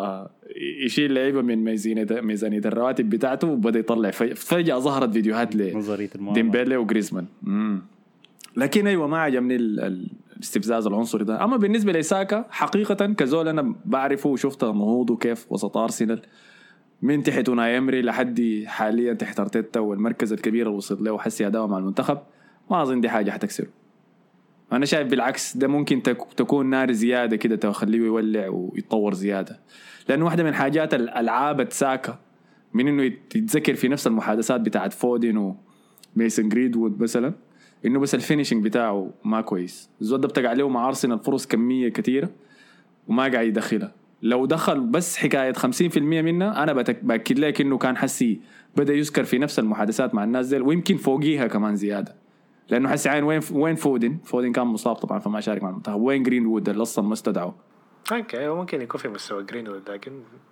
يشيل لعيبه من ميزانيه ميزانيه الرواتب بتاعته وبدا يطلع فجأة ظهرت فيديوهات لديمبيلي وغريزمان. امم لكن ايوه ما عجبني الاستفزاز العنصري ده. اما بالنسبه لساكا حقيقه كزول انا بعرفه وشفته نهوضه كيف وسط ارسنال من تحت ناي امري لحد حاليا تحت ارتيتا والمركز الكبير اللي وصل له حسي اداؤه مع المنتخب. ما اظن دي حاجه حتكسره. انا شايف بالعكس ده ممكن تكون نار زياده كده تخليه يولع ويتطور زياده, لانه واحده من حاجات الالعاب ساكا من انه يتذكر في نفس المحادثات بتاعت فودين وميسن جريدوود مثلا انه بس الفينيشنج بتاعه ما كويس. الزود ده بتقع عليه مع ارسنال فرص كميه كثيره وما قاعد يدخلها. لو دخل بس حكايه خمسين بالمية منها انا باكد لك انه كان حسي بدا يذكر في نفس المحادثات مع الناس دي ويمكن فوقيها كمان زياده, لانه حسي عين وين وين فودن فودن كان مصاب طبعا فما شارك مع المنتخب. وين جرينوود اللي اصلا ما استدعوا. اوكي ممكن يكون في مستوى جرينوود لكن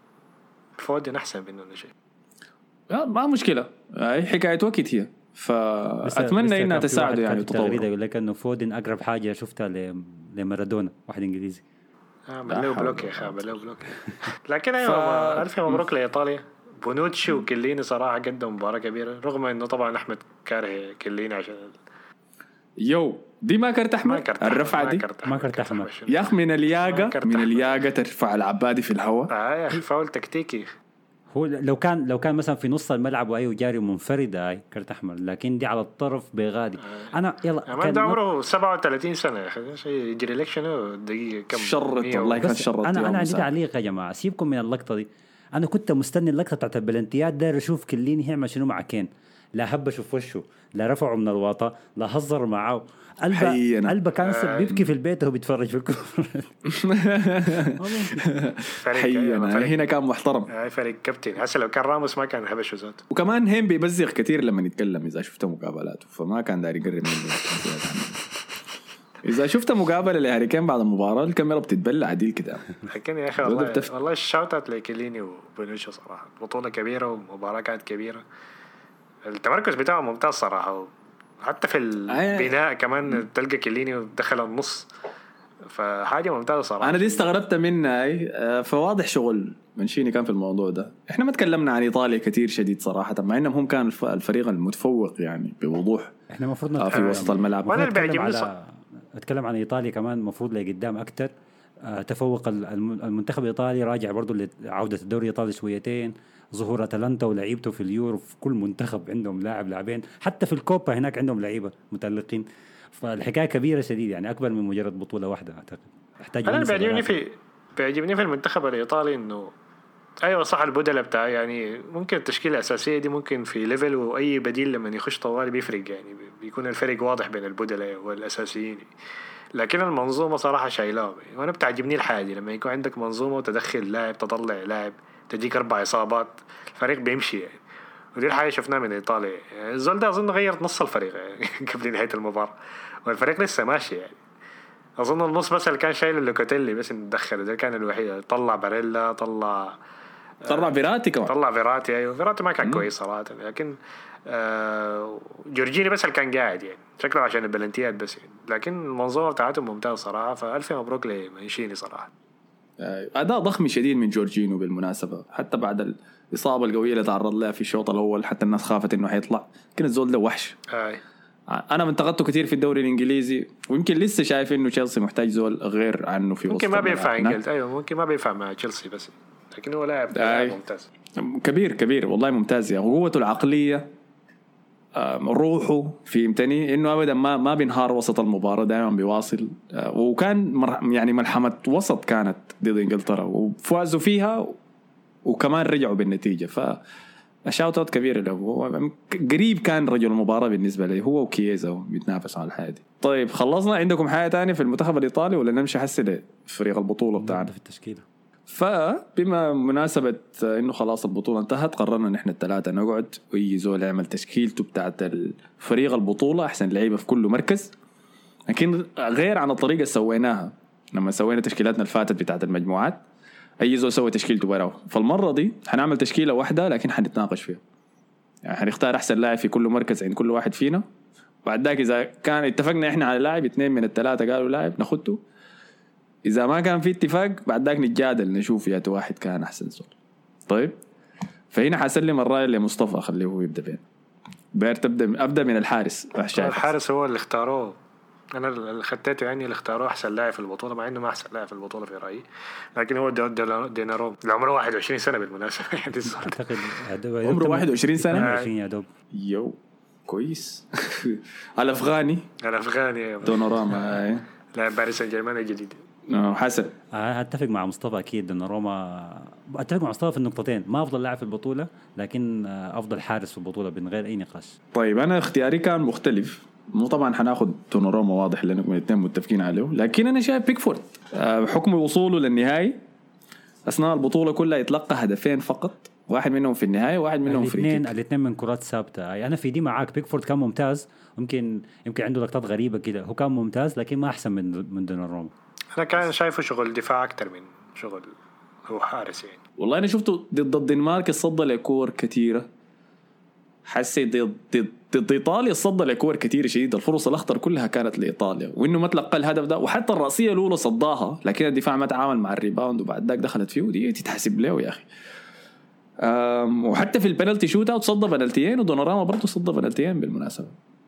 فودن احسن منه شيء. ما مشكله هي حكايه وقت هي. فأتمنى إنها تساعده يعني تطور. يقول لك إنه فودن أقرب حاجة شفتها لمارادونا واحد إنجليزي. آه بلو بلوك يا أخي بلو بلوك. لكن أيوة ألف مبروك لإيطاليا. بونوتشي وكليني صراحة قدم مباراة كبيرة رغم إنه طبعا أحمد كاره كليني عشان يو دي ما كرت أحمد الرفعة دي ما كرت أحمد يا أخ من الياقة من الياقة ترفع العبادي في الهواء. آه يا أخي فاول تكتيكي. هو لو كان لو كان مثلا في نص الملعب وايو جاري منفرده هاي كرت احمر, لكن دي على الطرف بغادي. انا يلا كان عمره سبعة وثلاثين سنه يا اخي شيء يجري لك شنو دقيقه كم شرط والله كان شرط. انا انا عندي تعليق يا جماعه سيبكم من اللقطه دي. انا كنت مستني اللقطه بتاعت البلنتيات داير اشوف كليني هيعمل شنو مع كين. لا هبشوا في وشه لا رفعوا من الواطه لا هزر معاه. قلبه قلبه كان آه بيبكي في البيت وهو بيتفرج في الكوره. حينا هنا كان محترم. هاي فريق كابتن هسه لو كان راموس ما كان هبش ذات. وكمان هم بيبزغ كتير لما يتكلم اذا شفت مقابلاته فما كان داير يقرب منه. اذا شفت مقابله لهاري كين بعد المباراه الكاميرا بتتبلع عديل كده. لكن يا اخي والله بتفت... والله الشوت اوت لكليني وبنوشو صراحه بطوله كبيره ومباراه كانت كبيره. التمركز بتاعه ممتاز صراحه حتى في البناء آه. كمان تلقى كليني ودخل النص فحاجه ممتازه صراحه. انا دي استغربت منها اي فواضح شغل منشيني كان في الموضوع ده. احنا ما تكلمنا عن ايطاليا كتير شديد صراحه مع انهم هم كان الفريق المتفوق يعني بوضوح. احنا المفروض آه في وسط الملعب. وانا اللي بيعجبني على... اتكلم عن ايطاليا كمان المفروض لقدام اكتر. آه تفوق المنتخب الايطالي راجع برضو لعوده الدوري الايطالي شويتين. ظهور اتلانتا ولعيبته في اليورو في كل منتخب عندهم لاعب لاعبين حتى في الكوبا هناك عندهم لعيبه متألقين. فالحكايه كبيره شديد يعني اكبر من مجرد بطوله واحده اعتقد. احتاج انا بيعجبني في بيعجبني في المنتخب الايطالي انه ايوه صح البدله بتاع يعني ممكن التشكيله الاساسيه دي ممكن في ليفل واي بديل لما يخش طوالي بيفرق يعني بيكون الفرق واضح بين البدله والاساسيين. لكن المنظومه صراحه شايلاه وانا بتعجبني الحاجه لما يكون عندك منظومه وتدخل لاعب تطلع لاعب تجيك اربع اصابات الفريق بيمشي يعني. ودي الحاجه شفناها من ايطاليا يعني الزول ده اظن غيرت نص الفريق يعني قبل نهايه المباراه والفريق لسه ماشي يعني. اظن النص بس اللي كان شايل لوكاتيلي بس ندخله ده كان الوحيد. طلع باريلا طلع طلع فيراتي كمان طلع فيراتي ايوه فيراتي ما كان كويس صراحه لكن آه جورجيني بس اللي كان قاعد يعني شكله عشان البلنتيات بس يعني. لكن المنظومه بتاعتهم ممتازه صراحه فالف مبروك لمانشيني صراحه. أداء ضخم شديد من جورجينو بالمناسبة حتى بعد الإصابة القوية اللي تعرض لها في الشوط الأول حتى الناس خافت إنه حيطلع. كان الزول ده وحش. آي. أنا منتقدته كتير في الدوري الإنجليزي ويمكن لسه شايف إنه تشيلسي محتاج زول غير عنه في ممكن ما بينفع إنجلترا أيوة ممكن ما بينفع مع تشيلسي بس لكن هو لاعب ممتاز كبير كبير والله ممتاز يا قوته العقلية روحه في امتني انه ابدا ما ما بينهار وسط المباراه دائما بيواصل. وكان يعني ملحمه وسط كانت ضد انجلترا وفازوا فيها وكمان رجعوا بالنتيجه. ف شاوت اوت كبير له. هو قريب كان رجل المباراة بالنسبة لي، هو وكييزا بيتنافسوا على الحياة دي. طيب خلصنا، عندكم حاجة تانية في المنتخب الإيطالي ولا نمشي حسي لفريق البطولة بتاعنا في التشكيلة؟ فبما مناسبة إنه خلاص البطولة انتهت، قررنا نحن الثلاثة نقعد ويجي زول يعمل تشكيلته بتاعت الفريق البطولة، أحسن لعيبة في كل مركز. لكن غير عن الطريقة اللي سويناها لما سوينا تشكيلاتنا الفاتت بتاعت المجموعات، أي زول سوى تشكيلته براه. فالمرة دي حنعمل تشكيلة واحدة لكن حنتناقش فيها، يعني حنختار أحسن لاعب في كل مركز عند كل واحد فينا. بعد ذاك إذا كان اتفقنا إحنا على لاعب، اثنين من الثلاثة قالوا لاعب ناخده. إذا ما كان في اتفاق بعد ذاك نتجادل نشوف يا واحد كان أحسن زول. طيب فهنا حسلم الرأي لمصطفى، خليه هو يبدأ بين بير. تبدأ أبدأ من الحارس. الحارس هو اللي اختاروه، أنا اللي خدته يعني اللي اختاروه أحسن لاعب في البطولة، مع إنه ما أحسن لاعب في البطولة في رأيي، لكن هو ديناروما اللي عمره واحد وعشرين سنة بالمناسبة. أعتقد عمره واحد وعشرين سنة. يا دوب يو كويس. الأفغاني الأفغاني دوناروما لاعب باريس سان جيرمان الجديد. حسن أتفق مع مصطفى أكيد. دوناروما أتفق مع مصطفى في النقطتين، ما أفضل لاعب في البطولة لكن أفضل حارس في البطولة من غير أي نقاش. طيب أنا اختياري كان مختلف، مو طبعا حناخد دوناروما واضح لأنكم الاثنين متفقين عليه، لكن أنا شايف بيكفورد بحكم وصوله للنهائي أثناء البطولة كلها يتلقى هدفين فقط، واحد منهم في النهاية واحد منهم في الاثنين الاثنين من كرات ثابتة. أنا في دي معاك، بيكفورد كان ممتاز، ممكن يمكن عنده لقطات غريبة كده، هو كان ممتاز لكن ما أحسن من من دوناروما. أنا كان شايفه شغل دفاع أكتر من شغل هو حارس يعني. والله أنا شفته ضد الدنمارك الصدى لكور كثيرة، حسيت ضد ضد ضد إيطاليا الصدى لكور كثيرة شديد، الفرص الأخطر كلها كانت لإيطاليا، وإنه ما تلقى الهدف ده، وحتى الرأسية الأولى صداها لكن الدفاع ما تعامل مع الريباوند وبعد ذاك دخلت فيه، ودي تتحسب له يا أخي. وحتى في البنالتي شوت اوت صدى بنالتيين، ودوناروما برضه صدى بنالتيين بالمناسبة.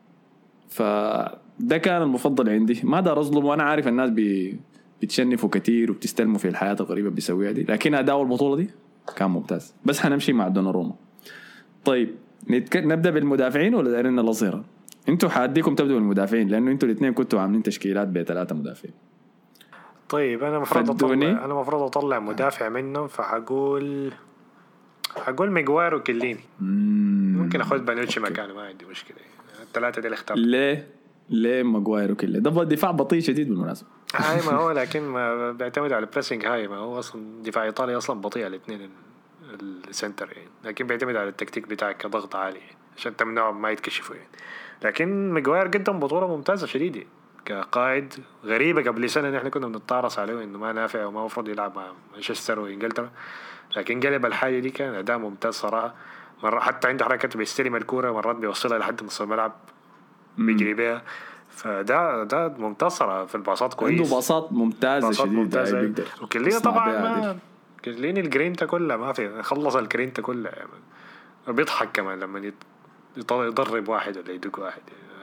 فده كان المفضل عندي، ما دار أظلم، وأنا عارف الناس بي بتشنفوا كتير وبتستلموا في الحياة الغريبة بيسويها دي، لكن أداء البطولة دي كان ممتاز. بس حنمشي مع دوناروما. طيب نتك... نبدأ بالمدافعين ولا دارين الأظهرة؟ انتوا حاديكم تبدأوا بالمدافعين لأنه انتوا الاثنين كنتوا عاملين تشكيلات بثلاثة مدافعين. طيب أنا مفروض أطلع أنا مفروض أطلع مدافع منهم، فحقول حقول ميغوار وكليني. ممكن أخذ بانوتشي مكانه، ما عندي مشكلة. الثلاثة دي اللي اخترت. ليه ليه ماغواير وكله ده دفاع بطيء شديد بالمناسبة. هاي ما هو لكن ما بيعتمد على البريسنج، هاي ما هو أصلا دفاع إيطاليا أصلا بطيء الاثنين السنتر يعني، لكن بيعتمد على التكتيك بتاعك كضغط عالي عشان تمنعهم ما يتكشفوا يعني. لكن ماغواير قدم بطولة ممتازة شديدة كقائد. غريبة قبل سنة نحن كنا بنتطارس عليه إنه ما نافع وما مفروض يلعب مع مانشستر وإنجلترا، لكن قلب الحاجة دي كان أداء ممتاز صراحة. مرة حتى عنده حركة بيستلم الكورة، مرات بيوصلها لحد نص الملعب بيجري بيها، فده ده ممتاز صراحة في الباصات كويس، عنده باصات ممتازة شديدة. وكليني طبعا كليني الجرينتا كلها ما في، خلص الجرينتا كلها يعني. بيضحك كمان لما يضرب واحد ولا يدق واحد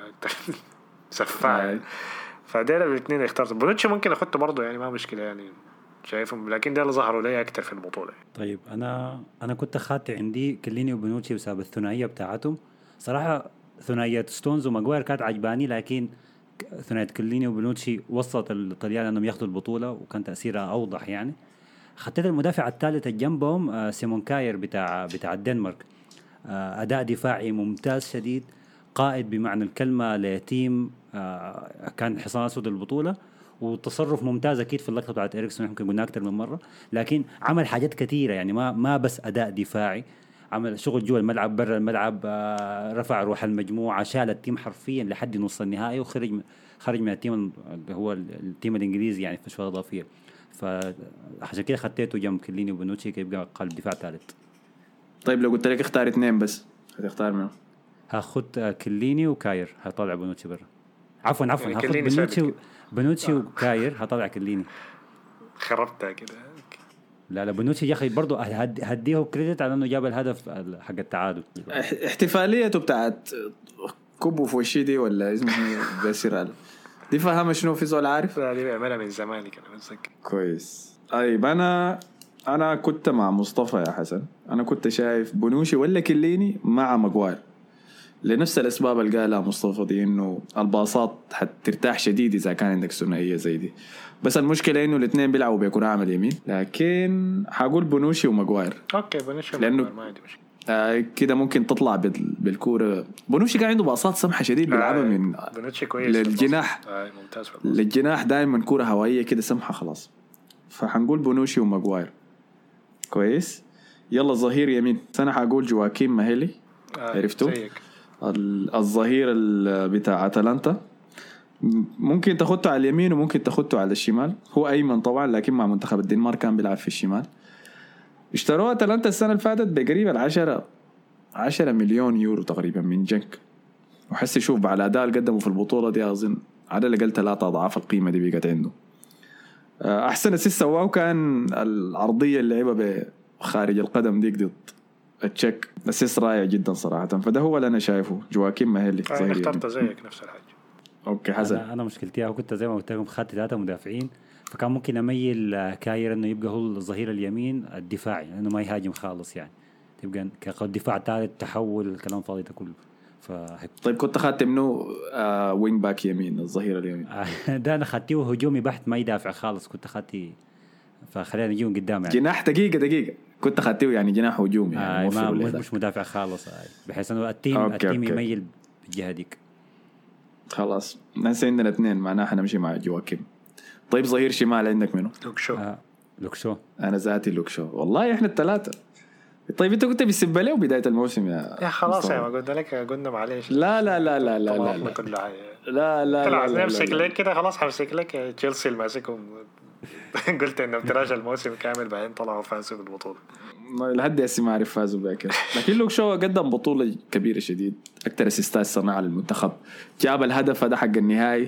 سفاح. فديل الاثنين اخترت. بونوتشي ممكن اخدته برضه يعني ما مشكلة يعني شايفهم، لكن ده اللي ظهروا لي أكتر في البطولة. طيب أنا أنا كنت أخذت عندي كليني وبونوتشي بسبب الثنائية بتاعتهم صراحة. ثنائية ستونز وماغواير كانت عجباني، لكن ثنائية كليني وبونوتشي وصلت الطليان أنهم ياخدوا البطولة وكان تأثيرها أوضح يعني. خدت المدافع الثالث جنبهم سيمون كاير بتاع بتاع الدنمارك، أداء دفاعي ممتاز شديد، قائد بمعنى الكلمة لتيم كان حصان أسود البطولة، وتصرف ممتاز أكيد في اللقطة بتاعت إريكسون يمكن قلنا أكتر من مرة، لكن عمل حاجات كثيرة يعني ما ما بس أداء دفاعي، عمل شغل جوا الملعب برا الملعب، رفع روح المجموعة، شال التيم حرفيا لحد نص النهائي وخرج خرج من التيم اللي هو التيم الإنجليزي يعني في شوط إضافية. فعشان كده خديته جنب كليني وبنوتشي كيبقى قلب دفاع ثالث. طيب لو قلت لك اختار اثنين بس هتختار منه؟ هاخد كليني وكاير، هطلع بنوتشي برا. عفوا عفوا يعني هاخد بنوتشي و... بنوتشي آه. وكاير هطلع كليني. خربتها كده. لا لا بنوتشي يا اخي برضه هديه كريدت على انه جاب الهدف حق التعادل. احتفاليته بتاعت كوبو فوشي دي ولا اسمه بسيرال دي فاهمه شنو في زول عارف؟ لا دي بعملها من زمان كده متذكر كويس. طيب انا انا كنت مع مصطفى يا حسن، انا كنت شايف بنوشي ولا كليني مع ماغواير لنفس الاسباب اللي قالها مصطفى دي، انه الباصات حترتاح شديد اذا كان عندك ثنائيه زي دي، بس المشكله انه الاثنين بيلعبوا بيكونوا عامل يمين، لكن حقول بنوشي وماغواير. اوكي بنوشي لانه ما عندي مشكله، آه كده ممكن تطلع بالكوره. بونوشي كان عنده باصات سمحه شديد بيلعبها آه من بونوتشي كويس للجناح. آه ممتاز للجناح دائما كوره هوائيه كده سمحه خلاص. فحنقول بونوشي وماغواير. كويس. يلا ظهير يمين انا حقول جواكيم ماهيلي. آه عرفتوا الظهير بتاع اتلانتا ممكن تاخده على اليمين وممكن تاخده على الشمال. هو ايمن طبعا لكن مع منتخب الدنمارك كان بيلعب في الشمال. اشتروه اتلانتا السنه اللي فاتت بقريب العشرة عشرة مليون يورو تقريبا من جنك. وحس يشوف بعد الاداء اللي قدمه في البطوله دي اظن على الاقل ثلاثة اضعاف القيمه دي بقت عنده. احسن اسيست سواه كان العرضيه اللي لعبها بخارج القدم ديك ضد التشيك. اسيست رائع جدا صراحه. فده هو اللي انا شايفه جواكيم ماهيلي. انا اخترت زيك نفس الحاجه. اوكي حسن. انا, أنا مشكلتي كنت زي ما قلت لكم خدت ثلاثه مدافعين فكان ممكن اميل كاير انه يبقى هو الظهير اليمين الدفاعي لانه ما يهاجم خالص يعني تبقى كدفاع ثالث تحول الكلام فاضي ده كله. فهيك. طيب كنت اخذت منه آه وينج باك يمين الظهير اليمين. ده انا اخذته هجومي بحت ما يدافع خالص كنت اخذتي فخلينا نجي قدام يعني جناح دقيقه دقيقه كنت اخذته يعني جناح هجومي يعني آه ما مش, مش مدافع خالص آه. بحيث انه التيم أوكي التيم أوكي. يميل بالجهه ديك. خلاص ناس عندنا اثنين معناها حنمشي مع جواكيم. طيب ظهير شمال عندك منه؟ لوكشو. آه. لوكشو انا ذاتي لوكشو والله احنا الثلاثه. طيب انت كنت بسبله بدايه الموسم يا يا خلاص يا ما قلنا لك قلنا معلش. لا لا لا لا لا لا لا كل حاجه لا لا طلع لا نمسك لك كده خلاص حمسك لك تشيلسي الماسكهم. قلت انه ابتراج الموسم كامل بعدين طلعوا فازوا بالبطوله. لحد هسه ما اعرف فازوا بها كده. لكن لوكشو قدم بطوله كبيره شديد. اكثر اسيستات صنع للمنتخب. جاب الهدف هذا حق النهائي.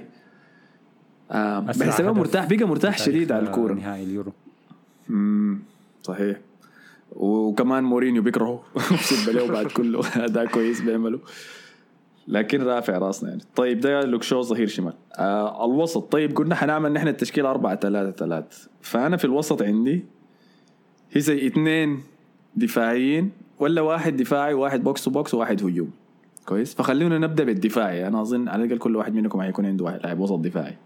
آه بحسبه مرتاح بقى مرتاح شديد على الكوره. نهائي اليورو. امم صحيح. وكمان مورينيو بيكرهه بسبب له بعد كله ده كويس بيعمله لكن رافع راسنا يعني. طيب ده لوكشو ظهير شمال. آه الوسط طيب قلنا حنعمل نحن التشكيل أربعة ثلاثة ثلاثة فأنا في الوسط عندي هي زي اثنين دفاعيين ولا واحد دفاعي وواحد بوكس وبوكس وواحد هجوم. كويس فخلونا نبدأ بالدفاعي. أنا أظن على الأقل كل واحد منكم هيكون عنده واحد لاعب وسط دفاعي.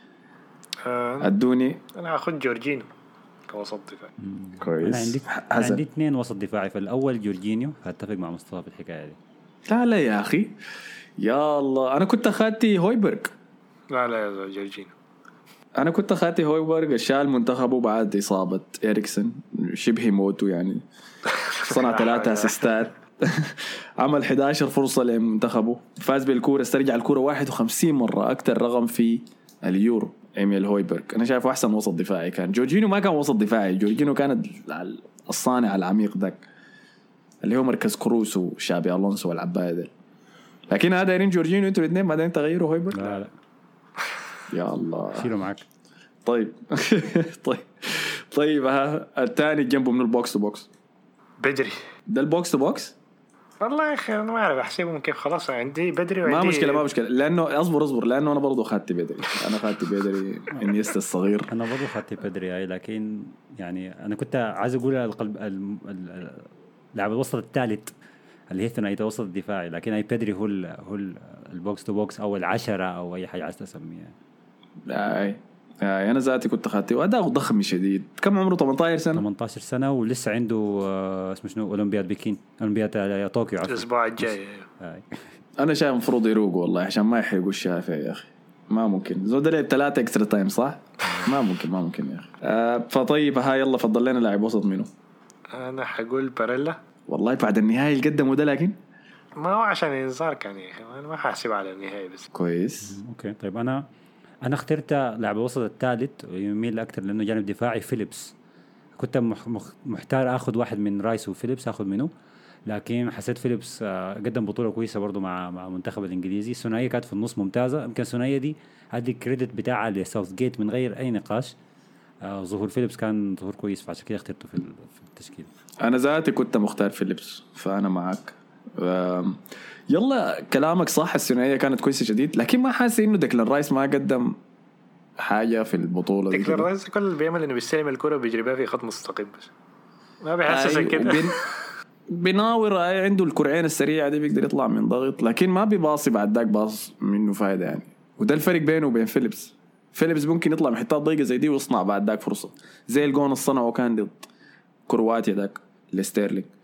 آه أدوني. أنا أخذ جورجينيو كوسط دفاعي. كويس. أنا عندي أنا عندي اثنين وسط دفاعي. فالأول جورجينيو هتفق مع مصطفى في الحكاية دي. لا لا يا أخي يا الله أنا كنت أخذتي هويبرغ. لا لا يا جورجينيو. أنا كنت أخذتي هويبرغ شال منتخبه بعد إصابة إريكسن شبه موته يعني. صنع ثلاثة أسيستات عمل إحدى عشرة فرصة لمنتخبه. فاز بالكورة استرجع الكورة واحد وخمسين مرة أكتر رقم في اليورو. إيميل هويبرغ أنا شايفه أحسن وسط دفاعي كان. جورجينيو ما كان وسط دفاعي. جورجينيو كانت الصانع العميق ذاك اللي هو مركز كروس وشابي ألونسو والعباية ده. لكن هذا يرين جورجينيو انتوا الاثنين بعدين تغيروا هويبرغ. لا لا يا الله شيلوا معك. طيب طيب طيب ها الثاني جنبه من البوكس تو بوكس بدري. ده البوكس تو بوكس والله يا اخي انا ما اعرف احسبهم كيف. خلاص عندي بدري وعندي ما مشكله ما مشكله لانه اصبر اصبر لانه انا برضو اخذت بدري. انا اخذت بدري انيستا الصغير. انا برضو اخذت بدري اي لكن يعني انا كنت عايز اقول القلب اللاعب الوسط الثالث اللي هي ثنائي الوسط الدفاعي لكن اي بدري هو ال هو البوكس تو بوكس او العشرة او اي حاجه عايز تسميها. اي اي انا ذاتي كنت اخذته واداء ضخم شديد. كم عمره ثمانية عشر سنه ثمانية عشر سنه ولسه عنده اسمه شنو اولمبياد بكين اولمبياد طوكيو الاسبوع الجاي. انا شايف المفروض يروق والله عشان ما يحرقوا الشافعي يا اخي. ما ممكن زود لعب ثلاثة اكسترا تايم صح. ما ممكن ما ممكن يا اخي. آه فطيب ها يلا فضل لنا لاعب وسط منه. انا حقول باريلا. والله بعد النهائي اللي قدمه ده لكن ما هو عشان انذار كان يا اخي انا ما حاسب على النهائي بس كويس. اوكي طيب انا انا اخترت لاعب الوسط الثالث ويميل اكثر لانه جانب دفاعي فيليبس. كنت مح محتار اخذ واحد من رايس وفيليبس اخذ منه لكن حسيت فيليبس قدم بطوله كويسه برضو مع مع المنتخب الانجليزي. الثنائيه كانت في النص ممتازه. يمكن الثنائيه دي هذه الكريدت بتاعها لساوث جيت من غير اي نقاش. آه ظهور فيليبس كان ظهور كويس فعشان كده اخترته في في التشكيل. انا ذاتي كنت مختار فيليبس فانا معك. يلا كلامك صح الثنائيه كانت كويسه جديد لكن ما حاسس انه ديكلان رايس ما قدم حاجه في البطوله دي. ديكلان رايس كل اللي بيعمل انه بيستلم الكره وبيجري بها في خط مستقيم بس ما بيحسسك كده. بين... بيناور عنده الكرعين السريعه دي بيقدر يطلع من ضغط لكن ما بيباصي بعد ذاك باص منه فايده يعني. وده الفرق بينه وبين فيليبس. فيليبس ممكن يطلع من حتات ضيقه زي دي ويصنع بعد ذاك فرصه زي الجون الصنع وكان ضد كرواتيا ذاك لستيرلينج.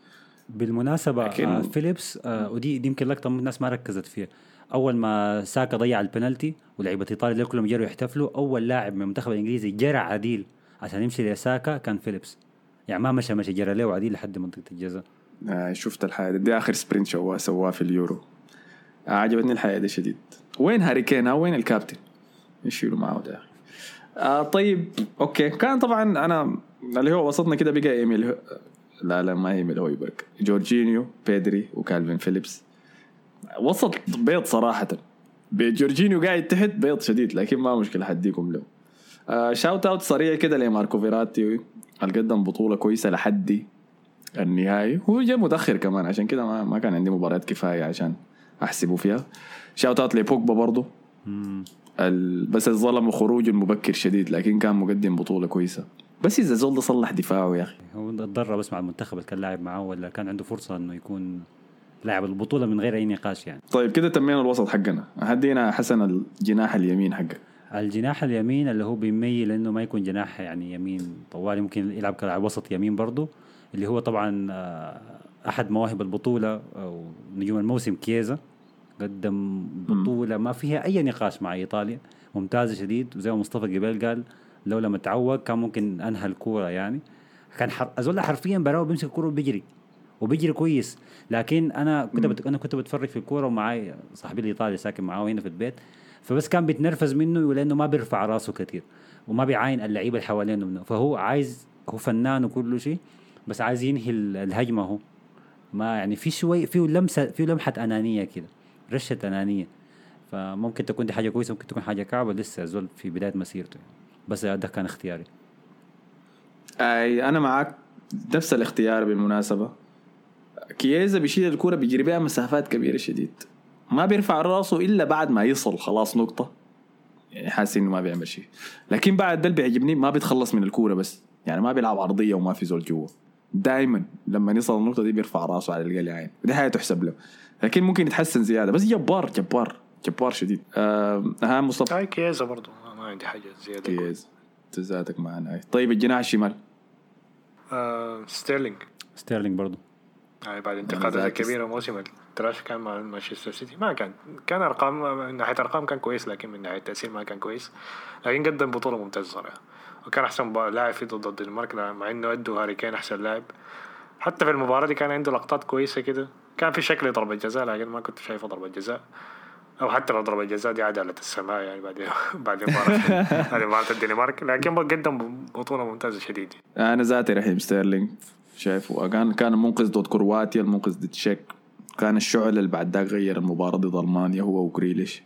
بالمناسبة لكن- آه فيليبس آه ودي دي يمكن لقطة الناس ما ركزت فيها. أول ما ساكا ضيع البنالتي ولعيبة إيطاليا دول كلهم جروا يحتفلوا، أول لاعب من المنتخب الإنجليزي جرى عديل عشان يمشي لساكا كان فيليبس. يعني ما مشى مشى جرى له عديل لحد منطقة الجزاء. آه شفت الحياة دي آخر سبرنت شواه سواه في اليورو. آه عجبتني الحياة دي شديد. وين هاري كين؟ وين الكابتن يشيلوا معه ده؟ آه طيب أوكي. كان طبعا أنا اللي هو وسطنا كده بقى إيميل، لا لا ما إيميل هويبرغ، جورجينيو، بيدري، وكالفين فيليبس. وسط بيض صراحة. بجورجينيو قاعد تحت بيض شديد، لكن ما مشكلة حديكم له. آه شاوت اوت سريع كده لماركو فيراتي، قدم بطولة كويسة لحد النهائي. هو جاء متأخر كمان عشان كده ما ما كان عندي مباريات كفاية عشان أحسبه فيها. شاوت اوت لبوجبا برضو ال... بس الظلم وخروج المبكر شديد، لكن كان مقدم بطولة كويسة. بس إذا زول ده صلح دفاعه يا أخي. هو اتضرر بس مع المنتخب اللي كان لاعب معه، ولا كان عنده فرصة إنه يكون لاعب البطولة من غير أي نقاش يعني. طيب كده تمينا الوسط حقنا. هدينا حسن الجناح اليمين حقه. الجناح اليمين اللي هو بيميل انه ما يكون جناح يعني يمين طوالي، ممكن يلعب كلاعب وسط يمين برضه، اللي هو طبعا احد مواهب البطوله او نجوم الموسم كييزا. قدم بطوله ما فيها اي نقاش مع ايطاليا، ممتازه شديد. وزي ما مصطفى قبل قال لولا متعوق كان ممكن انهى الكوره يعني. كان حر... ازول حرفيا براو بيمسك الكوره وبيجري وبيجري كويس. لكن انا كنت بت... انا كنت بتفرج في الكوره ومعاي صاحبي الايطالي ساكن معاه هنا في البيت، فبس كان بيتنرفز منه يقول انه ما بيرفع راسه كتير وما بيعاين اللعيبه اللي حوالينه منه. فهو عايز، هو فنان وكل شيء، بس عايز ينهي الهجمه. هو ما يعني في شوي فيه لمسه، فيه لمحه انانيه كده، رشه انانيه. فممكن تكون دي حاجه كويسه، ممكن تكون حاجه كعبه، لسه زول في بدايه مسيرته يعني. بس ده كان اختياري. اي انا معك نفس الاختيار. بالمناسبه كييزا بيشيل الكوره بيجري بها مسافات كبيره شديد، ما بيرفع راسه الا بعد ما يصل خلاص نقطه، يعني حاسس انه ما بيعمل شيء. لكن بعد ده اللي بيعجبني ما بيتخلص من الكوره بس، يعني ما بيلعب عرضيه وما في زول جوا. دائما لما يصل النقطه دي بيرفع راسه على القلعين، ودي حاجه تحسب له. لكن ممكن يتحسن زياده، بس جبار جبار جبار شديد. اها مصطفى. هاي كييزا برضو ما عندي حاجه زياده. كييزا تزاتك معنا. طيب الجناح الشمال. آه ستيرلينج. ستيرلينج برضو يعني بعد انتقادات كبيرة موسم التراش كان مع مانشستر سيتي ما كان كان أرقام من ناحية أرقام كان كويس، لكن من ناحية تأثير ما كان كويس. لكن قدم بطولة ممتازة صراحة، وكان أحسن لاعب في ضد الدنمارك مع إنه أدوا هاري كين أحسن لاعب. حتى في المباراة دي كان عنده لقطات كويسة كده، كان في شكل ضربة جزاء لكن ما كنت شايفه ضربة جزاء، أو حتى لو ضربة جزاء دي عدالة السماء يعني بعد بعد مباراة هذه مباراة الدنمارك. لكن قدم بطولة ممتازة شديد. أنا ذاتي رحيم ستيرلينج شايفه كان كان منقذ ضد كرواتيا، المنقذ ضد تشيك، كان الشعل اللي بعد ذاك غير المباراة ضد ألمانيا هو وكريليش.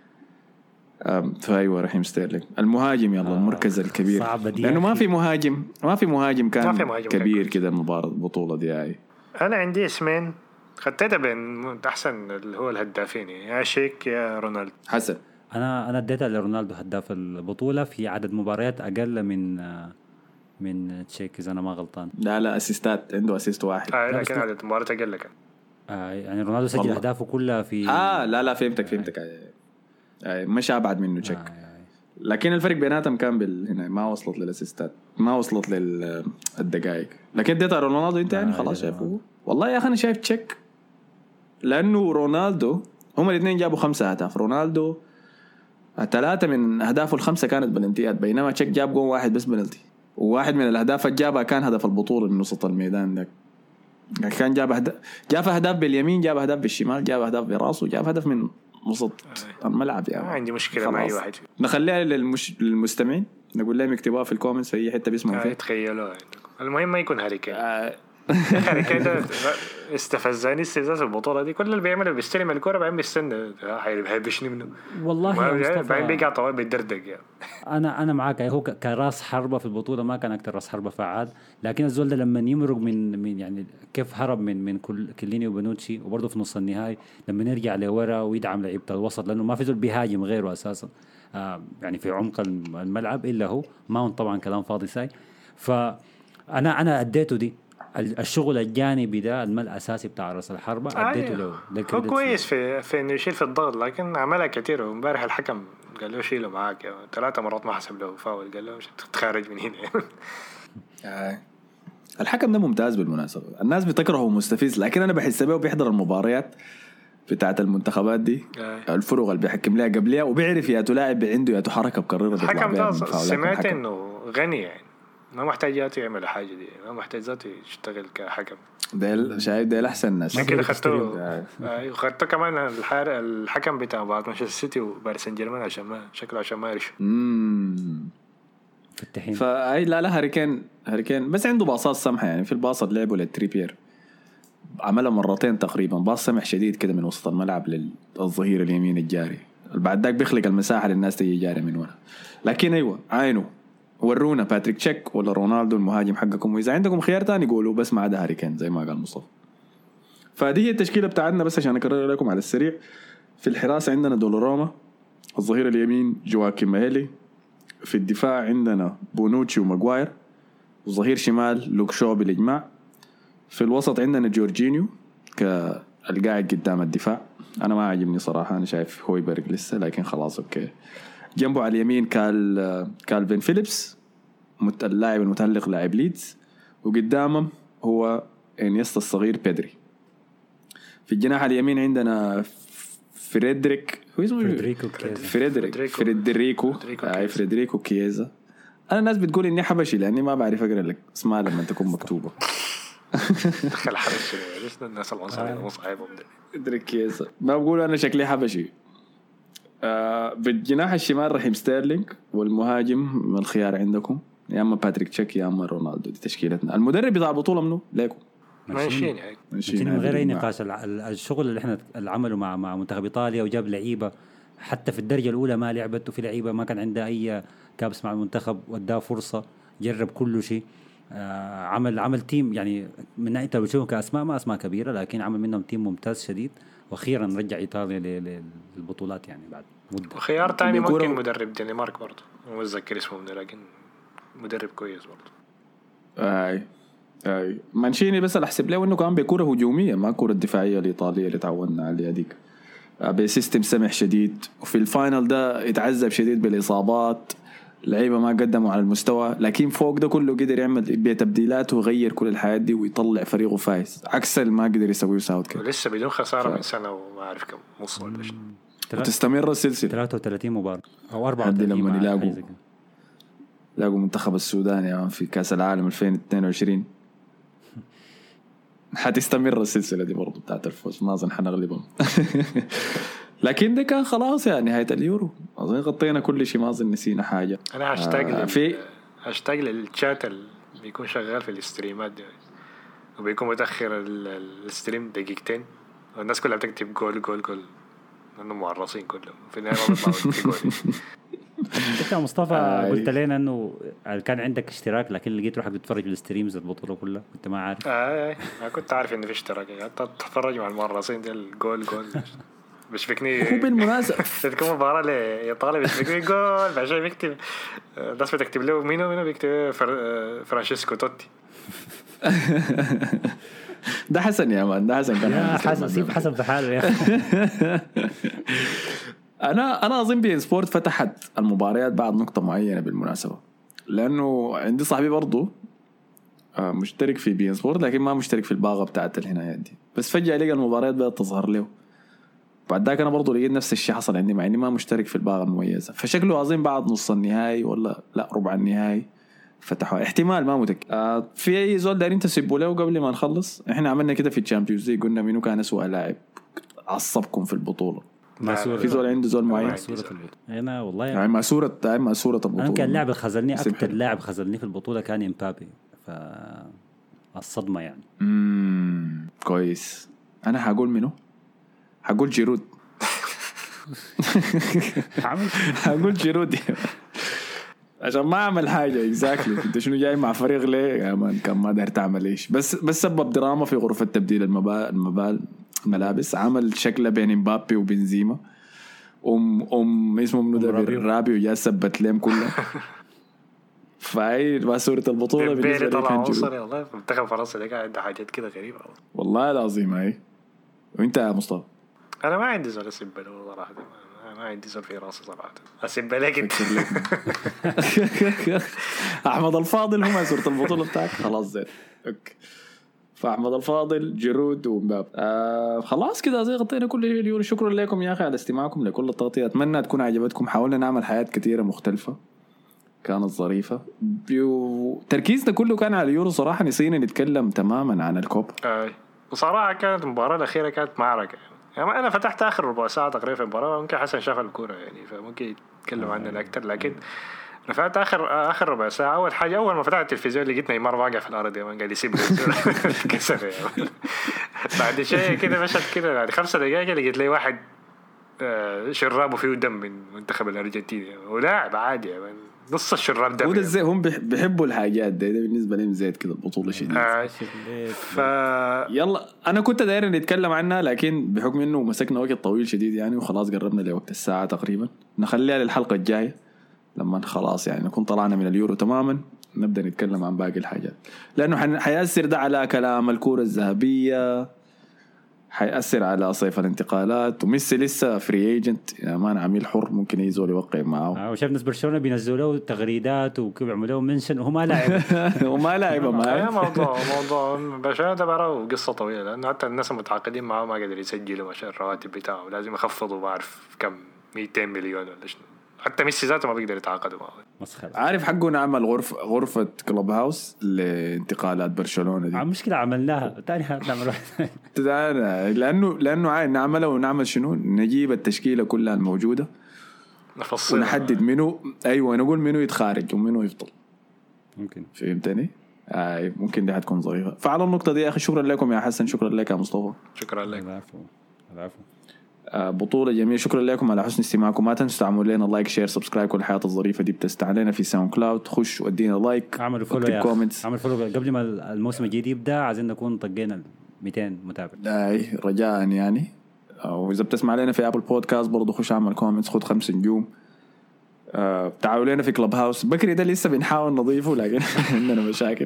فايوه رحيم ستيرلينج المهاجم. يلا آه المركز الكبير، لأنه ما في مهاجم ما في مهاجم كان في مهاجم كبير كده المباراة البطولة دي. هاي أنا عندي اسمين خدتها بين أحسن اللي هو الهدافين، يا شيك يا رونالدو. حسن أنا أنا اديتها لرونالدو هداف البطولة في عدد مباريات أقل من من تشيك إذا أنا ما غلطان. لا لا أسيستات عنده أسيست واحد. آه لكن عدد مباريات أقل كان. آه يعني رونالدو سجل أهدافه كلها في آه لا لا فهمتك فهمتك آه. آه مش أبعد منه تشيك. آه لكن الفرق بيناتهم كان بال هنا ما وصلت للأسيستات، ما وصلت للدقائق. لكن اديتها رونالدو أنت يعني آه خلاص شايفه. والله يا أخي أنا شايف تشيك، لأنه رونالدو هم الاثنين جابوا خمسة أهداف. رونالدو ثلاثة من أهدافه الخمسة كانت بلنتيات، بينما تشيك جاب جون واحد بس بلنتي، وواحد من الأهداف اللي جابها كان هدف البطولة من وسط الميدان ده. كان جاب أهداف، جاب أهداف باليمين، جاب أهداف بالشمال، جاب أهداف براسه، جاب هدف من وسط الملعب. يعني ما عندي مشكلة مع أي واحد. نخليها للمش... للمستمعين نقول لهم يكتبوها في الكومنتس في أي حتة بيسمعوا فيها. تخيلوا المهم ما يكون هاري كين. آه. هاري كين استفزاني استفزاز البطولة دي. كل اللي بيعمله بيستلم الكرة بعدين بيستنى هيبشني منه والله يا مصطفى، بعدين بيقع طوال بيدردق يعني. انا انا معاك. هو كراس حربة في البطولة ما كان اكتر راس حربة فعال، لكن الزول ده لما يمرق من من يعني كيف هرب من من كل كليني وبنوتشي، وبرضه في نص النهائي لما يرجع لورا ويدعم لعيبة الوسط، لانه ما في زول بيهاجم غيره اساسا آه يعني في عمق الملعب الا هو. ماونت طبعا كلام فاضي ساي. فانا انا اديته دي الشغل الجانبي ده الملء الاساسي بتاع راس الحربة اديته له. هو كويس في في انه يشيل في الضغط، لكن عملها كتير. وامبارح الحكم قال له شيله معاك يعني. ثلاثة مرات ما حسب له فاول، قال له مش تتخارج من هنا. آه. الحكم ده ممتاز بالمناسبة. الناس بتكرهه مستفز، لكن أنا بحس به وبيحضر المباريات بتاعت المنتخبات دي آه. الفرق اللي بيحكم لها قبلها وبيعرف يا لاعب عنده يا حركة بقررها بيطلع الحكم بيها ده من فاولات سمعت الحكم. انه غني يعني ما محتاج ياتي يعمل حاجه دي، ما محتاج ذاته يشتغل كحكم. ده شايف ده احسن الناس عشان كده خدته آه. آه، خدته كمان الحار الحكم بتاع بعض مانشستر سيتي وباريس سان جيرمان عشان ما شكله عشان ما يرش امم فتحين. فاي لا لا هاريكين هاريكين بس عنده باصات سمحه يعني. في الباص اللي لعبه للتريبير عملها مرتين تقريبا، باص سمح شديد كده من وسط الملعب للظهير اليمين الجاري، بعد ذاك بيخلق المساحه للناس تيجي جاري من ورا. لكن ايوه عينه ورونا باتريك تشيك ولا رونالدو المهاجم حقكم، واذا عندكم خيار تاني قولوا، بس ما عدا هاريكين زي ما قال مصطفى. فدي هي التشكيله بتاعتنا بس عشان اكرر لكم على السريع. في الحراسه عندنا دولوراما، الظهير اليمين جواكيم ماهيلي، في الدفاع عندنا بونوتشي وماغواير، وظهير شمال لوك شو بالاجماع. في الوسط عندنا جورجينيو كالقاعد قدام الدفاع، انا ما عجبني صراحه، انا شايف هويبرغ لسه لكن خلاص اوكي. جنبه على اليمين كال كالفين فيليبس اللاعب المتألق لاعب ليدز، وقدامهم هو انيستا الصغير بيدري. في الجناح اليمين عندنا فريدريك هو اسمه فريدريكو كيزا. فريدريك فريدريكو اي فريدريكو كيزا. انا الناس بتقول اني حبشي لاني ما بعرف اقرا لك اسمها لما تكون مكتوبه. دخل حرش ليش الناس العنصريين مو صعيبهم ده فريدريك كيزا. ما بقول انا شكلي حبشي. آه بالجناح الشمال رحيم ستيرلينج، والمهاجم من الخيار عندكم يا اما باتريك تشيك يا اما رونالدو. دي تشكيلتنا. المدرب بتاع البطوله منو ليكم؟ ماشيين يعني ماشيين من غير اي نقاش. الشغل اللي احنا العمله مع مع منتخب ايطاليا وجاب لعيبه حتى في الدرجه الاولى ما لعبت، وفي لعيبه ما كان عندها اي كابس مع المنتخب واداه فرصه جرب كل شيء. آه عمل عمل تيم يعني من ناحيه بتشوفهم كاسماء ما اسماء كبيره، لكن عمل منهم تيم ممتاز شديد، واخيرا رجع ايطاليا للبطولات يعني بعد مده. وخيار تاني ممكن مدرب دنمارك برضه مو متذكر اسمه منه، لكن مدرب كويس برضه. اي اي مانشيني بس احسب له انه كان بكره هجوميه ما كره دفاعيه الايطاليه اللي تعودنا عليها ديك، بسيستم سمح شديد. وفي الفاينل ده يتعذب شديد بالاصابات، لعيبه ما قدموا على المستوى، لكن فوق ده كله قدر يعمل بتبديلات ويغير كل الحياة دي ويطلع فريقه فايز عكس ما قدر يسويه ساوثجيت. ولسه بدون خساره ف... من سنه وما اعرف كم نص ولا شيء، وتستمر السلسله ثلاثة وثلاثين مباراه او أربعة وثلاثين لما يلاقوا لاقوا منتخب السودان يعني في كاس العالم ألفين واثنين وعشرين حتستمر السلسله دي برضو بتاعت الفوز، ما اظن حنغلبهم. لكن ده كان خلاص يعني نهايه اليورو، اظن غطينا كل شيء، ما اظن نسينا حاجه. انا هاشتاج آه لل... في هاشتاج للشات اللي بيكون شغال في الاستريمات دي وبيكون متاخر الستريم دقيقتين والناس كلها بتكتب جول جول جول انهم معرصين كلهم في النهايه ما بيطلعوا جول. انت يا مصطفى آه قلت لنا انه كان عندك اشتراك لكن لقيت روحك بتتفرج الستريمز البطوله كلها كنت ما عارف. اه ما كنت عارف انه في اشتراك، حتى تتفرج مع المعرصين دي الجول جول مش فيكني. هو بالمناسبة تكون مباراة لإيطاليا مش فيكني جول بعشان بيكتب الناس بتكتب له مينو مينو بيكتب فر... فرانشيسكو توتي. ده حسن يا مان، ده حسن كان يا حسن سيب حسن في حاله يا انا انا اظن بي ان سبورت فتحت المباريات بعد نقطة معينة بالمناسبة، لانه عندي صاحبي برضو مشترك في بي ان سبورت لكن ما مشترك في الباغة بتاعت الهنايات دي، بس فجأة لقى المباريات بدأت تظهر له. بعد ذاك انا برضو لقيت نفس الشيء حصل عندي مع اني ما مشترك في الباغة المميزة، فشكله اظن بعد نص النهائي ولا لا ربع النهائي فتحوا احتمال ما متأكد. آه في اي زول دارين تسيبوا له قبل ما نخلص؟ احنا عملنا كده في الشامبيونز ليج قلنا مين كان اسوأ لاعب عصبكم في البطولة. في زول عنده زول معين انا والله يعني ما صورة ما صورة البطولة. انا كان لاعب خذلني اكثر لاعب خذلني في البطولة كان امبابي، فالصدمة يعني. امم كويس. انا حقول منه حقول جيرود. حقول جيرود عشان ما عمل حاجة اكزاكتلي. انت شنو جاي مع فريق ليه يا مان؟ كان ما داير تعمل ايش، بس بس سبب دراما في غرفة تبديل المبال المبال الملابس، عمل شكله بين امبابي وبنزيما. ام ام اسمه منو ده رابي وجا سبت لهم كله. فاي ما صورة البطولة بالنسبة لي كان جيرود. والله منتخب فرنسا ده قاعد عنده حاجات كده غريبة والله العظيم. هاي وانت يا مصطفى؟ انا ما عندي زول اسب له صراحة، ما عندي زول في راسي صراحه اسيب بالك انت. احمد الفاضل هو صورة البطولة بتاعك خلاص زين. اوكي فاحمد الفاضل جيرود ومباب. آه خلاص كده زي غطينا كل اليورو. شكرا لكم يا اخي على استماعكم لكل التغطية. اتمنى تكون عجبتكم. حاولنا نعمل حياة كثيرة مختلفة كانت ظريفة. تركيزنا كله كان على اليورو صراحة. نسينا نتكلم تماما عن الكوب. آه. وصراحة كانت المباراة الأخيرة كانت معركة يعني. أنا فتحت آخر ربع ساعة تقريبا في المباراة. ممكن حسن شاف الكورة يعني فممكن يتكلم عننا أكتر. لكن رفعت آخر آخر ربع ساعة. أول حاجة أول ما فتحت التلفزيون لقيت نيمار واقع في الأرض يعني قاعد يسيب كسر يعني. بعد شيء كده مشت كده بعد خمسة دقائق لقيت لي واحد شرابه فيه دم من منتخب الأرجنتين يعني. ولاعب عادي يعني نص الشراب دم. وده زي هم بيحبوا الحاجات ده, ده بالنسبة لهم زيت كده البطولة شديد. آه. ف... يلا أنا كنت داير نتكلم عنها لكن بحكم إنه مسكنا وقت طويل شديد يعني وخلاص قربنا لوقت الساعة تقريبا. نخليها للحلقة الجاية لما خلاص يعني نكون طلعنا من اليورو تماما نبدأ نتكلم عن باقي الحاجات. لأنه حيأثر ده على كلام الكرة الذهبية. حيأثر على صيف الانتقالات. وميسي لسه فري ايجنت يعني ما عميل حر ممكن يزول يوقع معه. آه وشاف ناس برشلونة بينزلوا له تغريدات وكيف يعملوا منشن وهو ما لاعب. وما لاعب معاه. موضوع موضوع برشلونة ده برا قصة طويلة. لأنه حتى الناس المتعاقدين معه ما قدروا يسجلوا عشان الرواتب بتاعه. لازم يخفضوا بعرف كم مئتين مليون ولا شنو. حتى ميسي ذاته ما بيقدر يتعاقدوا معه. مسخرة. عارف حقه نعمل غرفة غرفة كلوب هاوس لانتقالات برشلونة دي. مشكلة عملناها تاني هنعمل واحد. تدانا لأنه لأنه عايز نعملها ونعمل شنو نجيب التشكيلة كلها الموجودة نفصل ونحدد منه. أيوة نقول منه يتخارج ومنه يفضل. ممكن. فهمتني؟ آه ممكن دي هتكون ظريفة. فعلى النقطة دي يا أخي شكرا لكم يا حسن. شكرا لك يا مصطفى. شكرا لك. العفو العفو. بطولة جميلة. شكرا لكم على حسن استماعكم. ما تنسوا تعملوا لنا لايك شير سبسكرايب. كل الحياة الظريفة دي بتستعلنا في ساوند كلاود. خش ودينا لايك. اعملوا فولو يا كومنتس. اعمل فولو قبل ما الموسم الجديد يبدأ. عايزين نكون طقينا مئتين متابع. اي رجاء يعني. وإذا بتسمع لنا في أبل بودكاست برضو خش اعمل كومنتس. خد خمس نجوم. آه، تعالوا لنا في كلوب هاوس. بكري ده لسه بنحاول نضيفه لكن عندنا مشاكل.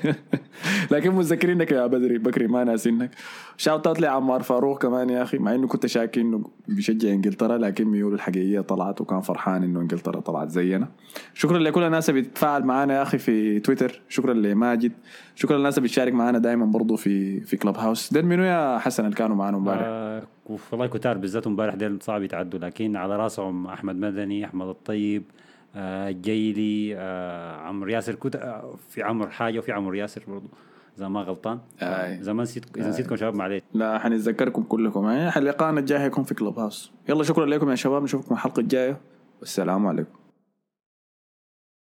لكن متذكرينك يا بدري. بكري ما ناسينك. شاوت اوت لعمار فاروق كمان يا اخي. مع انه كنت شاكي انه بيشجع انجلترا لكن ميوله الحقيقيه طلعت وكان فرحان انه انجلترا طلعت زينا. شكرا لكل الناس اللي بتتفاعل معنا يا اخي في تويتر. شكرا لماجد. شكرا للناس اللي بتشارك معنا دائما برضو في في كلوب هاوس. ده منو يا حسن اللي كانوا معنا امبارح؟ آه والله كتار بالذات امبارح ديل صعب يتعدوا. لكن على راسهم احمد مدني احمد الطيب آه جيلي آه عمرو ياسر. كنت آه في عمرو حاجه وفي عمرو ياسر برضو اذا ما غلطان. اذا ما نسيت اذا نسيتكم شباب معليش. لا حنتذكركم كلكم. يعني حلقاتنا الجايه يكون في كلوب هاوس. يلا شكرا لكم يا شباب. نشوفكم الحلقه الجايه والسلام عليكم.